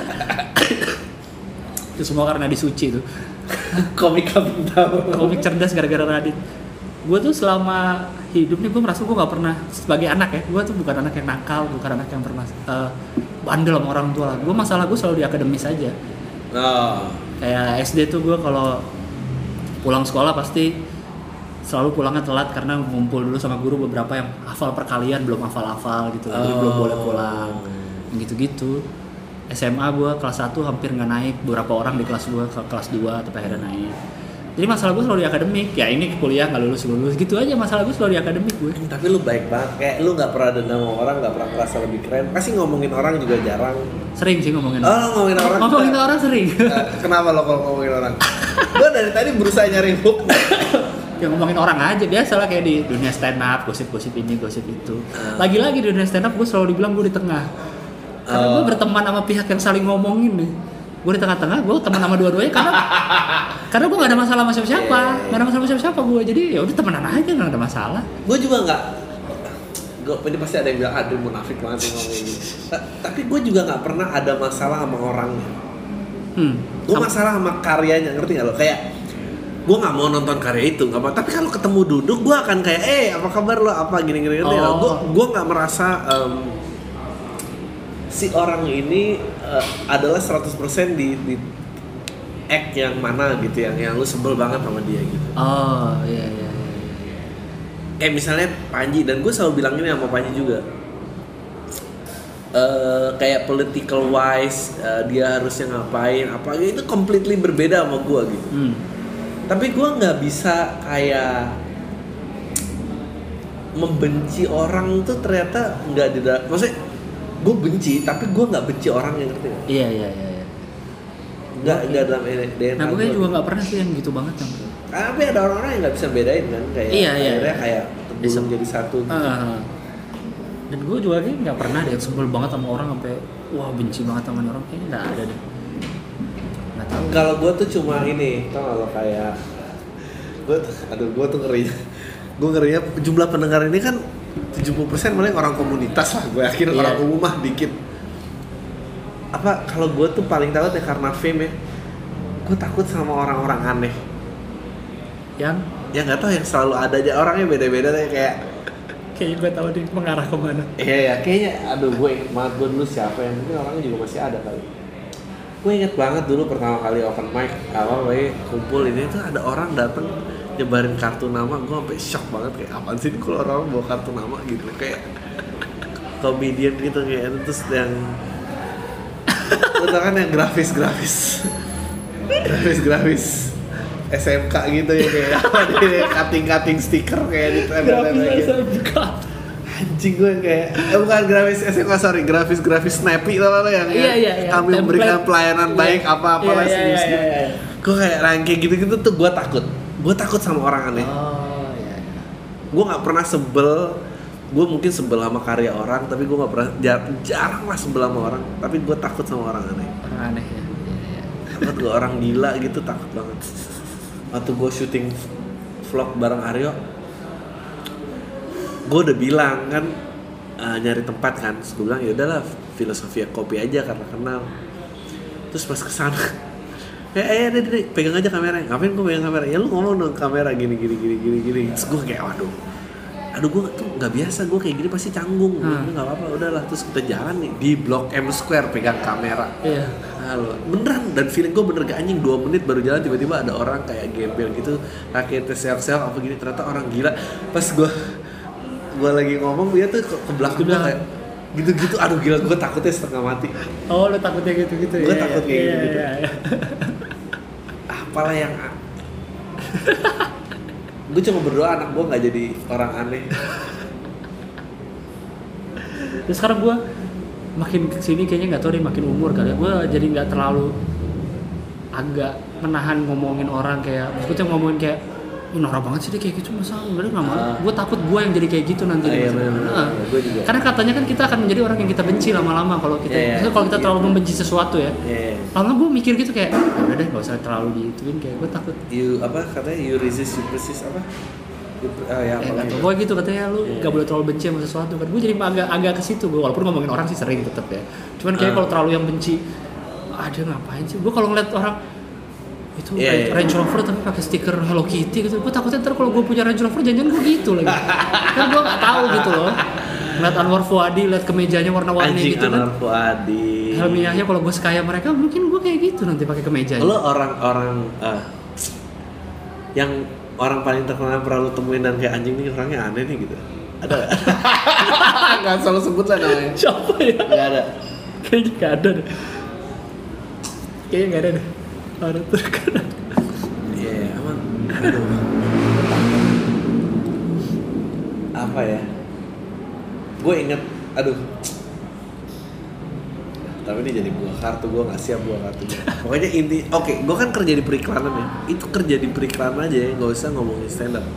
Itu semua karena disuci tuh. Komik bintang komik cerdas gara-gara Radit. Gue tuh selama hidup nih gue merasa gue nggak pernah sebagai anak ya, gue tuh bukan anak yang nakal, bukan anak yang pernah uh, bandel sama orang tua. Gue masalah gue selalu di akademis aja. Oh. Kayak S D tuh gue kalau pulang sekolah pasti selalu pulangnya telat karena ngumpul dulu sama guru beberapa yang hafal perkalian belum hafal-hafal gitu, jadi Oh. belum boleh pulang, gitu-gitu. S M A gue kelas satu hampir nggak naik, beberapa orang di kelas gue ke kelas dua tapi akhirnya naik. Jadi masalah gue selalu di akademik, ya ini kuliah nggak lulus lulus gitu aja, masalah gue selalu di akademik gue. Tapi lu baik banget, kayak lu nggak pernah dendam sama orang, nggak pernah merasa lebih keren. Pasti ngomongin orang juga jarang. Sering sih ngomongin. Oh, ngomongin orang. Ngomongin orang sering. Nah, kenapa lo kalau ngomongin orang? Gue dari tadi berusaha nyari hook. Ya ngomongin orang aja, biasa lah kayak di dunia stand up, gosip-gosip ini, gosip itu. Lagi-lagi di dunia stand up gue selalu dibilang gue di tengah. Karena gue berteman sama pihak yang saling ngomongin nih. Gue di tengah-tengah, gue teman sama dua-duanya karena karena gue gak ada masalah sama siapa-siapa, gak ada masalah sama siapa-siapa gue, jadi ya udah temenan aja, gak ada masalah. Gue juga nggak, gue ini pasti ada yang bilang ada munafik banget yang ngomong ini. Tapi gue juga nggak pernah ada masalah sama orangnya. Hmm. Gue masalah sama karyanya, ngerti nggak lo? Kayak gue nggak mau nonton karya itu, nggak mau. Tapi kalau ketemu duduk, gue akan kayak, eh apa kabar lo, apa gini-gini. Gue Oh. gue nggak merasa um, si orang ini uh, adalah seratus persen di, di act yang mana gitu, yang yang lu sebel banget sama dia gitu. Oh iya iya. iya. Kayak misalnya Panji, dan gue selalu bilang ini sama Panji juga. Uh, kayak political wise, uh, dia harusnya ngapain, apa itu completely berbeda sama gue gitu. Hmm. Tapi gue nggak bisa kayak membenci orang tuh ternyata nggak di dalam, maksudnya gue benci, tapi gue nggak benci orang yang ngerti nggak? Iya iya iya. iya. Nggak nggak dalam D N A. Nah gue gua. juga nggak pernah sih yang gitu banget yang. Tapi ada orang-orang yang nggak bisa bedain kan, kayak Iya, iya, akhirnya iya. kayak tergulung jadi satu. Gitu. Uh, dan gue juga kayak nggak pernah deh yang sebel banget sama orang sampai wah benci banget sama orang, kayaknya nggak ada deh. Nggak tahu. Kalau gue tuh cuma ini, tau gak lo kayak gue tuh, aduh gue tuh ngeri, gue ngerinya jumlah pendengar ini kan tujuh puluh persen malah orang komunitas lah, gue yakin. Iya. Orang umum mah dikit. Apa kalau gue tuh paling takut ya karena fame ya, gue takut sama orang-orang aneh. Yang Ya nggak tahu, yang selalu ada aja orangnya beda-beda kayak. kayaknya gue tahu dia mengarah kemana. Iya ya, kayaknya aduh gue inget banget gue dulu siapa yang mungkin orangnya juga masih ada kali. Gue inget banget dulu pertama kali open mic, apa gue kumpul ini tuh ada orang datang nyebarin kartu nama, gue sampai shock banget kayak apaan sih kalau orang bawa kartu nama gitu, kayak komedian gitu kayak terus yang itu kan yang grafis-grafis grafis-grafis S M K gitu ya, kayak apa dia cutting-cutting stiker kayak gitu. Grafis S M K. Anjing gue kayak eh, bukan grafis S M K, sorry, grafis-grafis snappy tau lah yang Iya, iya, iya. kami Template. memberikan pelayanan Iya. baik apa-apa lah Iya, iya, serius iya, gitu. iya, iya. Gue kayak rangkai gitu-gitu tuh gue takut. Gue takut sama orang aneh. Oh iya. iya. Gue nggak pernah sebel. Gue mungkin sebel sama karya orang, tapi gue nggak pernah jar- jarang lah sebel sama orang. Tapi gue takut sama orang aneh. Orang aneh ya. Iya, iya. Takut gue orang gila gitu, takut banget. Waktu gue syuting vlog bareng Aryo, gue udah bilang kan uh, nyari tempat kan, terus gue bilang ya udahlah Filosofia Kopi aja karena kenal. Terus pas kesana, ya eh deh, deh pegang aja kamera. Ngapain gue pegang kamera? Ya lu ngomong dong kamera gini gini gini gini gini. Terus gue kayak waduh, aduh gue tuh nggak biasa, gue kayak gini pasti canggung. Hmm. Nggak apa-apa, udahlah. Terus kita jalan nih di Blok M Square pegang kamera. Iya. Halo, beneran, dan feeling gue bener gak anjing, dua menit baru jalan tiba-tiba ada orang kayak gembel gitu, kayak tes seok apa gini, ternyata orang gila. Pas gue gue lagi ngomong dia tuh ke, ke belakang gue kayak gitu-gitu, aduh gila, gue takutnya setengah mati. Oh lu takutnya gitu-gitu ya? Gue takut kayak iya, gitu-gitu. Iya, iya. Apalah yang gue cuma berdoa anak gue nggak jadi orang aneh. Terus sekarang gue makin kesini kayaknya nggak tahu deh, makin umur kali ya, gue jadi nggak terlalu agak menahan ngomongin orang kayak, maksudnya ngomongin kayak ih norak banget sih dia kayak gitu, masa enggak deh nggak mau. Uh. Gue takut gue yang jadi kayak gitu nanti. Ah, iya, di masa bener, depan. bener, Nah, bener. Gua juga. karena katanya kan kita akan menjadi orang yang kita benci lama-lama kalau kita, Yeah, yeah. maksudnya kalau kita terlalu membenci sesuatu ya. Yeah. Lama gue mikir gitu kayak, "Ah, udah deh nggak usah terlalu gituin, kayak gue takut. You apa katanya you resist you persist apa? You, ah, ya, Eh, apa nggak gitu. tahu, gue gitu katanya lu Yeah. nggak boleh terlalu benci sama sesuatu kan. Gue jadi agak agak ke situ gue, walaupun ngomongin orang sih sering tetep ya. Cuman kayak Ah. kalau terlalu yang benci, ada ngapain sih? Gue kalau ngeliat orang itu Yeah, Range, yeah. Range Rover tapi pakai stiker Hello Kitty gitu, gue takutnya ntar kalau gue punya Range Rover jangan-jangan gue gitu lagi. Kan gue nggak tahu gitu loh. Ngeliat Anwar Fuadi, liat kemejanya warna-warni Anjing gitu kan. Anwar Fuadi. Helmiahnya kalau gue sekaya mereka mungkin gue kayak gitu nanti pakai kemeja. Lo orang-orang ah yang orang paling terkenal pernah lu temuin dan kayak anjing nih orangnya aneh nih gitu? Ada nggak? Nggak selalu sebut lah namanya. Siapa ya? Nggak ada. Kayaknya nggak ada deh. Kayaknya nggak ada deh. Orang terkenal. Iya, yeah, emang. Aduh. Apa ya? Gue inget, aduh. Tapi ini jadi buah kartu, gue nggak siap buah kartunya. Pokoknya inti, oke, okay, gue kan kerja di periklanan ya. Itu kerja di periklanan aja ya, nggak usah ngomongin stand up.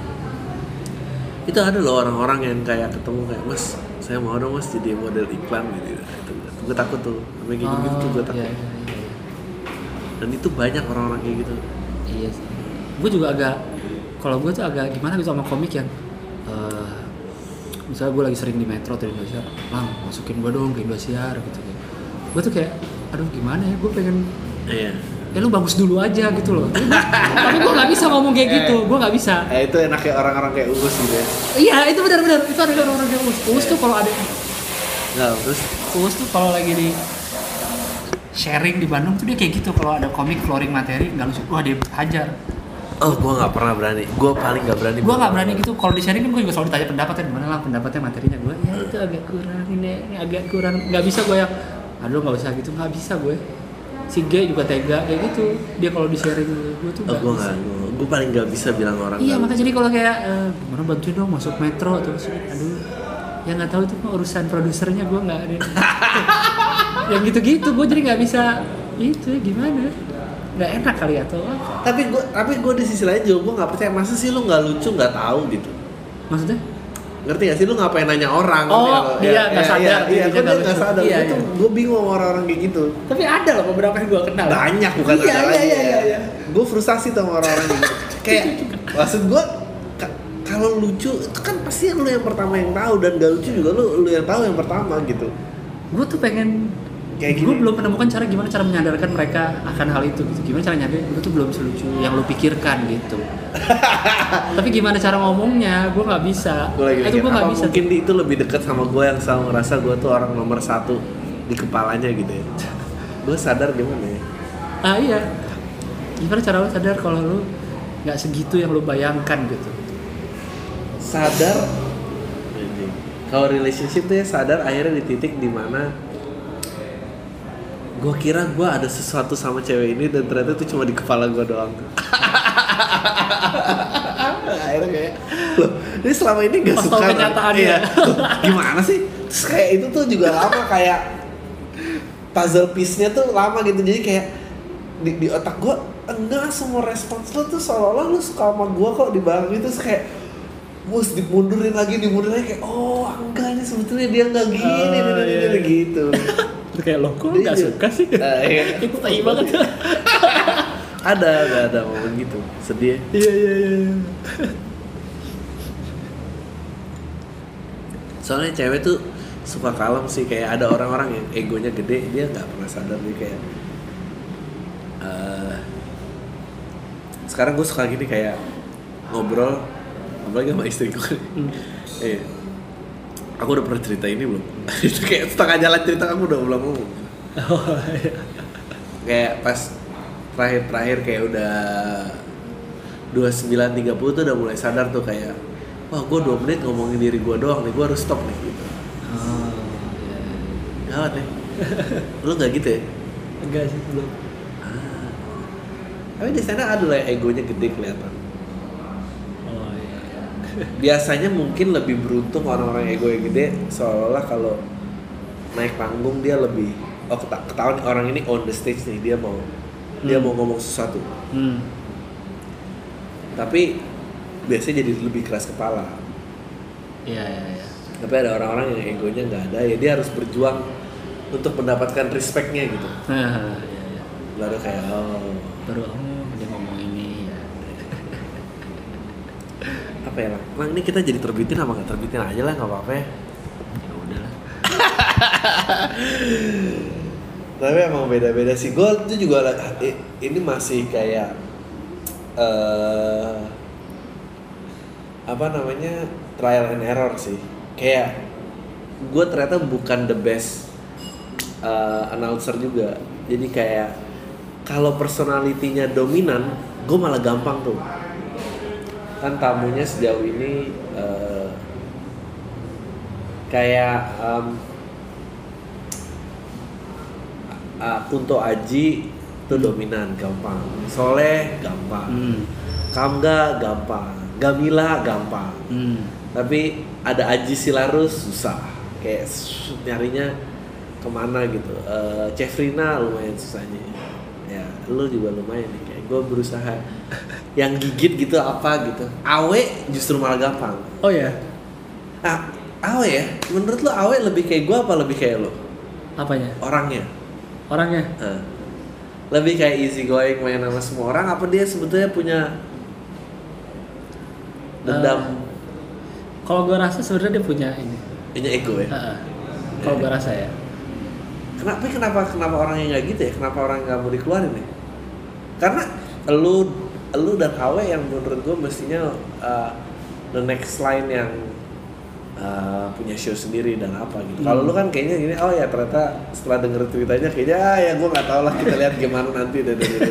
Itu ada loh orang-orang yang kayak ketemu kayak, mas, saya mau dong mas jadi model iklan gitu. Itu, gue takut tuh, sampai gitu-gitu tuh gue takut. Iya, iya, iya. Dan itu banyak orang-orang kayak gitu. Iya sih. Gue juga agak, kalau gue tuh agak gimana gitu sama komik yang, uh, misalnya gue lagi sering di Metro atau di Indosiar, bang masukin gue dong ke Indosiar gitu. Gue tuh kayak, aduh gimana ya, gue pengen, iya. ya lu bagus dulu aja gitu loh. Tapi gue nggak bisa ngomong kayak gitu, gue nggak bisa. Eh itu enak kayak orang-orang kayak Uus gitu ya. Iya itu benar-benar, itu ada orang-orang kayak Uus. Uus tuh kalau ada, nggak terus? Uus tuh kalau lagi di sharing di Bandung tuh dia kayak gitu, kalau ada komik flooring materi nggak lucu, wah dia hajar. Oh, gue nggak pernah berani. Gue paling nggak berani. Gue nggak berani gitu. Kalau di sharing kan gue juga selalu ditanya pendapatnya gimana lah, pendapatnya materinya gue. Ya itu agak kurang, ini, ini agak kurang. Nggak bisa gue yang, aduh nggak usah gitu, nggak bisa gue. Si G juga tega kayak gitu. Dia kalau di sharing gue tuh nggak oh, bisa. Gue paling nggak bisa bilang orang. Iya makanya jadi kalau kayak, e, gimana bantuin dong masuk Metro atau aduh, ya nggak tahu itu urusan produsernya gue nggak ada. Yang gitu-gitu gue jadi nggak bisa. Itu ya gimana? Nggak enak kali atau apa? Tapi gue, tapi gue di sisi lain juga gue nggak percaya, masa sih lu nggak lucu nggak tahu gitu? Maksudnya? Ngerti gak sih lu ngapain nanya orang? Oh dia nggak ya, sadar, iya, iya, dia nggak sadar. Iya, gue tuh gue bingung sama orang-orang kayak gitu. Tapi ada loh beberapa yang gue kenal. Banyak bukan iya, ada iya, lagi. Iya iya iya. Gue frustasi tuh sama orang-orang gitu. Kayak maksud gue k- kalau lucu itu kan pasti lu yang pertama yang tahu, dan gak lucu juga lu lu yang tahu yang pertama gitu. Gue tuh pengen, gue belum menemukan cara gimana cara menyadarkan mereka akan hal itu gitu. Gimana cara nyadar gue tuh belum selucu yang lu pikirkan gitu. Tapi gimana cara ngomongnya gue nggak bisa. Gue lagi itu gue nggak bisa. Mungkin itu lebih dekat sama gue yang selalu ngerasa gue tuh orang nomor satu di kepalanya gitu ya. Gue sadar gimana ya? Ah iya. Gimana cara lu sadar kalau lu nggak segitu yang lu bayangkan gitu? Sadar. Kalau relationship tuh ya sadar akhirnya di titik dimana gue kira gue ada sesuatu sama cewek ini dan ternyata itu cuma di kepala gue doang. Akhirnya kayak, loh ini selama ini gak suka. Pas kenyataannya. Iya. Gimana sih? Terus kayak itu tuh juga lama, kayak puzzle piece-nya tuh lama gitu. Jadi kayak di, di otak gue, enggak, semua respons lo tuh seolah-olah lu suka sama gue kok di barang itu. Terus kayak mus dimundurin lagi, dimundurin lagi kayak, oh enggak, ini sebetulnya dia enggak gini, oh, ini, ini, iya. ini, gitu. Kayak lo kok nggak suka sih? Uh, iya. Itu tai banget. ada, ada, ada momen gitu, sedih. Iya, iya, iya. Soalnya cewek tuh suka kalem sih, kayak ada orang-orang yang egonya gede, dia nggak pernah sadar dia kayak. Uh, sekarang gue suka gini kayak ngobrol, apalagi sama istriku. Hmm. Iya. Aku udah pernah cerita ini belum? Itu kayak setengah jalan cerita kamu udah belum ngomong. Oh iya. Kayak pas terakhir-terakhir kayak udah dua puluh sembilan tiga puluh tuh udah mulai sadar tuh kayak, wah gue dua menit ngomongin diri gue doang nih, gue harus stop nih gitu. Oh iya. Gawat ya? Lu gak gitu ya? Enggak sih, belum. Ah. Tapi di sana ada lah egonya gede kelihatan. Biasanya mungkin lebih beruntung orang-orang ego yang gede, seolah-olah kalau naik panggung dia lebih, oh ketahuan orang ini on the stage nih, dia mau hmm. dia mau ngomong sesuatu. Hmm. Tapi biasanya jadi lebih keras kepala. Iya iya iya. Tapi ada orang-orang yang egonya nggak ada, ya dia harus berjuang untuk mendapatkan respectnya gitu. Iya iya. Lalu kayak oh baru oh dia ngomong ini. Apa ya, Lang? Ini kita jadi terbitin apa nggak terbitin aja lah, nggak apa-apa ya. Ya udahlah. Tapi emang beda-beda sih. Gue itu juga ini masih kayak uh, apa namanya trial and error sih. Kayak gue ternyata bukan the best uh, announcer juga. Jadi kayak kalau personalitinya dominan, gue malah gampang tuh. Kan tamunya sejauh ini uh, kayak um, uh, Kunto Aji itu hmm. dominan, gampang. Soleh gampang, hmm. Kamga gampang, Gamila gampang. Hmm. Tapi ada Aji Silarus susah, kayak nyarinya kemana gitu. Uh, Cefrina lumayan susahnya. Ya, lu juga lumayan nih. Kayak gue berusaha yang gigit gitu apa gitu. Awe justru malah gampang. Oh ya. Ah, Awe ya. Menurut lu Awe lebih kayak gue apa lebih kayak lu? Apanya? Orangnya. Orangnya. Uh. Lebih kayak easy going, main sama semua orang, apa dia sebetulnya punya dendam? Uh, kalau gue rasa sebenarnya dia punya ini. Punya ego ya. Uh, kalau gue rasa ya. Kenapa kenapa kenapa orangnya nggak gitu ya? Kenapa orang nggak mau dikeluarin ya? Karena lu lu dan Awe yang menurut gue mestinya uh, the next line yang uh, punya show sendiri dan apa gitu. Hmm. Kalau lu kan kayaknya gini, oh ya ternyata setelah denger ceritanya kayaknya ah, ya gue nggak tahu lah, kita lihat gimana nanti.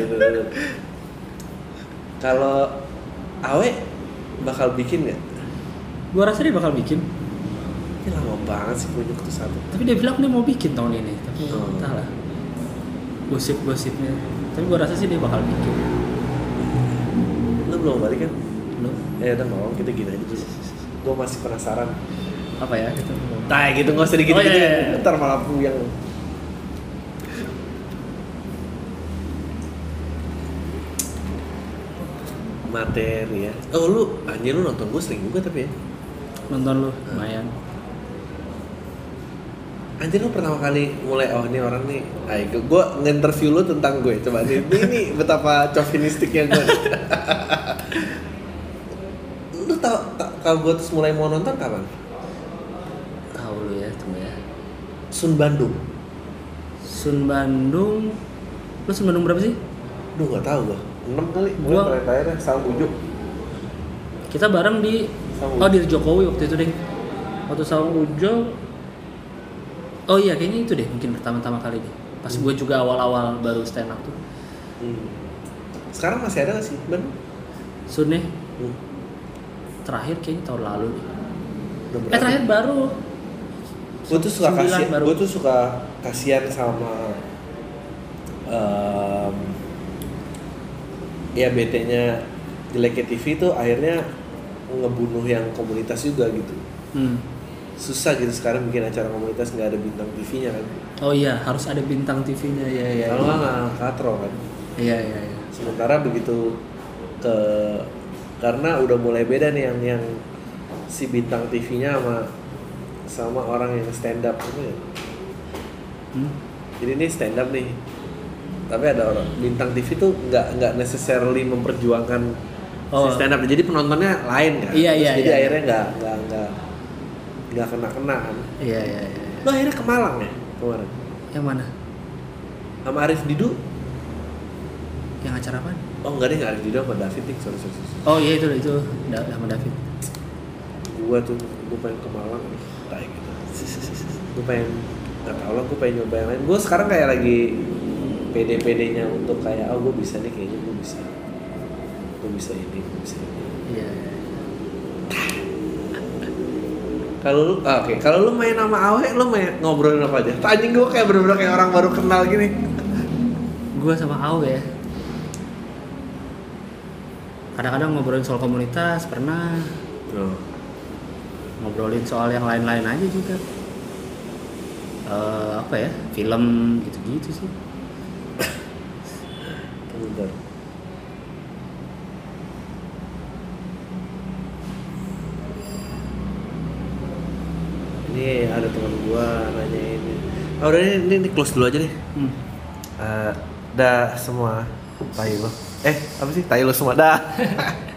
Kalau Awe bakal bikin nggak? Gua rasa dia bakal bikin. Ini lama banget sih Kunyuk tuh satu. Tapi dia bilang dia mau bikin tahun ini, tapi oh. entahlah. Gosip-gosipnya. Tapi gua rasa sih dia bakal bikin. Lu belum balik kan? Belum. Ya udah mau kita gini aja dulu. Gua masih penasaran. Apa ya? Gitu. Nah gitu nggak usah dikit-dikit. Oh, iya, iya. Ntar malah puyeng. Materi ya. Oh lu, anjir lu nonton gue sering juga tapi ya. Nonton lu, lumayan. Anjir lu pertama kali mulai, oh ini orang nih, ayo gue nge-interview lu tentang gue, coba nih, ini, ini betapa chauvinistiknya gue. Lu tau, tau kalau gue terus mulai mau nonton kapan? Tahu lu ya, tunggu ya. Sun Bandung. Sun Bandung, lu Sun Bandung berapa sih? Duh gak tau gue. enam kali, gua terakhir Saung Ujo. Kita bareng di Saung. Oh di Jokowi waktu itu deh. Waktu Saung Ujo. Oh iya kayaknya itu deh mungkin pertama-tama kali deh. Pas hmm. gue juga awal-awal baru stand up tuh. Hmm. Sekarang masih ada gak sih Bandung? Sunnya? Hmm. Terakhir kayaknya tahun lalu deh. Eh terakhir baru. Gue tuh suka kasihan. Gue tuh suka kasihan sama. Um, ya B T-nya jeleknya T V tuh akhirnya ngebunuh yang komunitas juga gitu. Hmm. Susah gitu sekarang bikin acara komunitas nggak ada bintang T V-nya kan. Oh iya harus ada bintang T V-nya ya ya. Kalau nggak nggak katro kan. Iya iya. iya. Sementara begitu ke karena udah mulai beda nih yang yang si bintang T V-nya sama sama orang yang stand up gitu ya. Hmm? Jadi ini stand up nih. Tapi ada orang bintang T V tuh nggak nggak necessarily memperjuangkan oh. si stand up, jadi penontonnya lain kan. Iya iya. Jadi iya, akhirnya nggak nggak nggak nggak kena kena kan. Iya iya. iya. Lo akhirnya ke Malang ya kemarin? Yang mana? Sama Arif Didu? Yang acara apa? Oh enggak deh, nggak Arif Didu sama David nih, sorry sorry. sorry. Oh iya itu itu sama David. Gua tuh gua pengen ke Malang nih, kayak gitu. Gua pengen nggak tahu lah, gua pengen nyoba yang lain. Gua sekarang kayak lagi pede-pedenya untuk kayak oh gue bisa nih kayaknya gue bisa gue bisa ini gue bisa ini iya kalau lu ah, oke okay. Kalau lu main sama Awe lu main ngobrolin apa aja? Anjing gue kayak bener-bener kayak orang baru kenal gini. Gue sama Awe ya kadang-kadang ngobrolin soal komunitas pernah oh. Ngobrolin soal yang lain-lain aja juga uh, apa ya film gitu-gitu sih. Bentar. Ini ada teman gua nanyain. Oh udah ini, ini close dulu aja deh. Hmm. Uh, dah semua tai lo. Eh apa sih tai lo semua dah.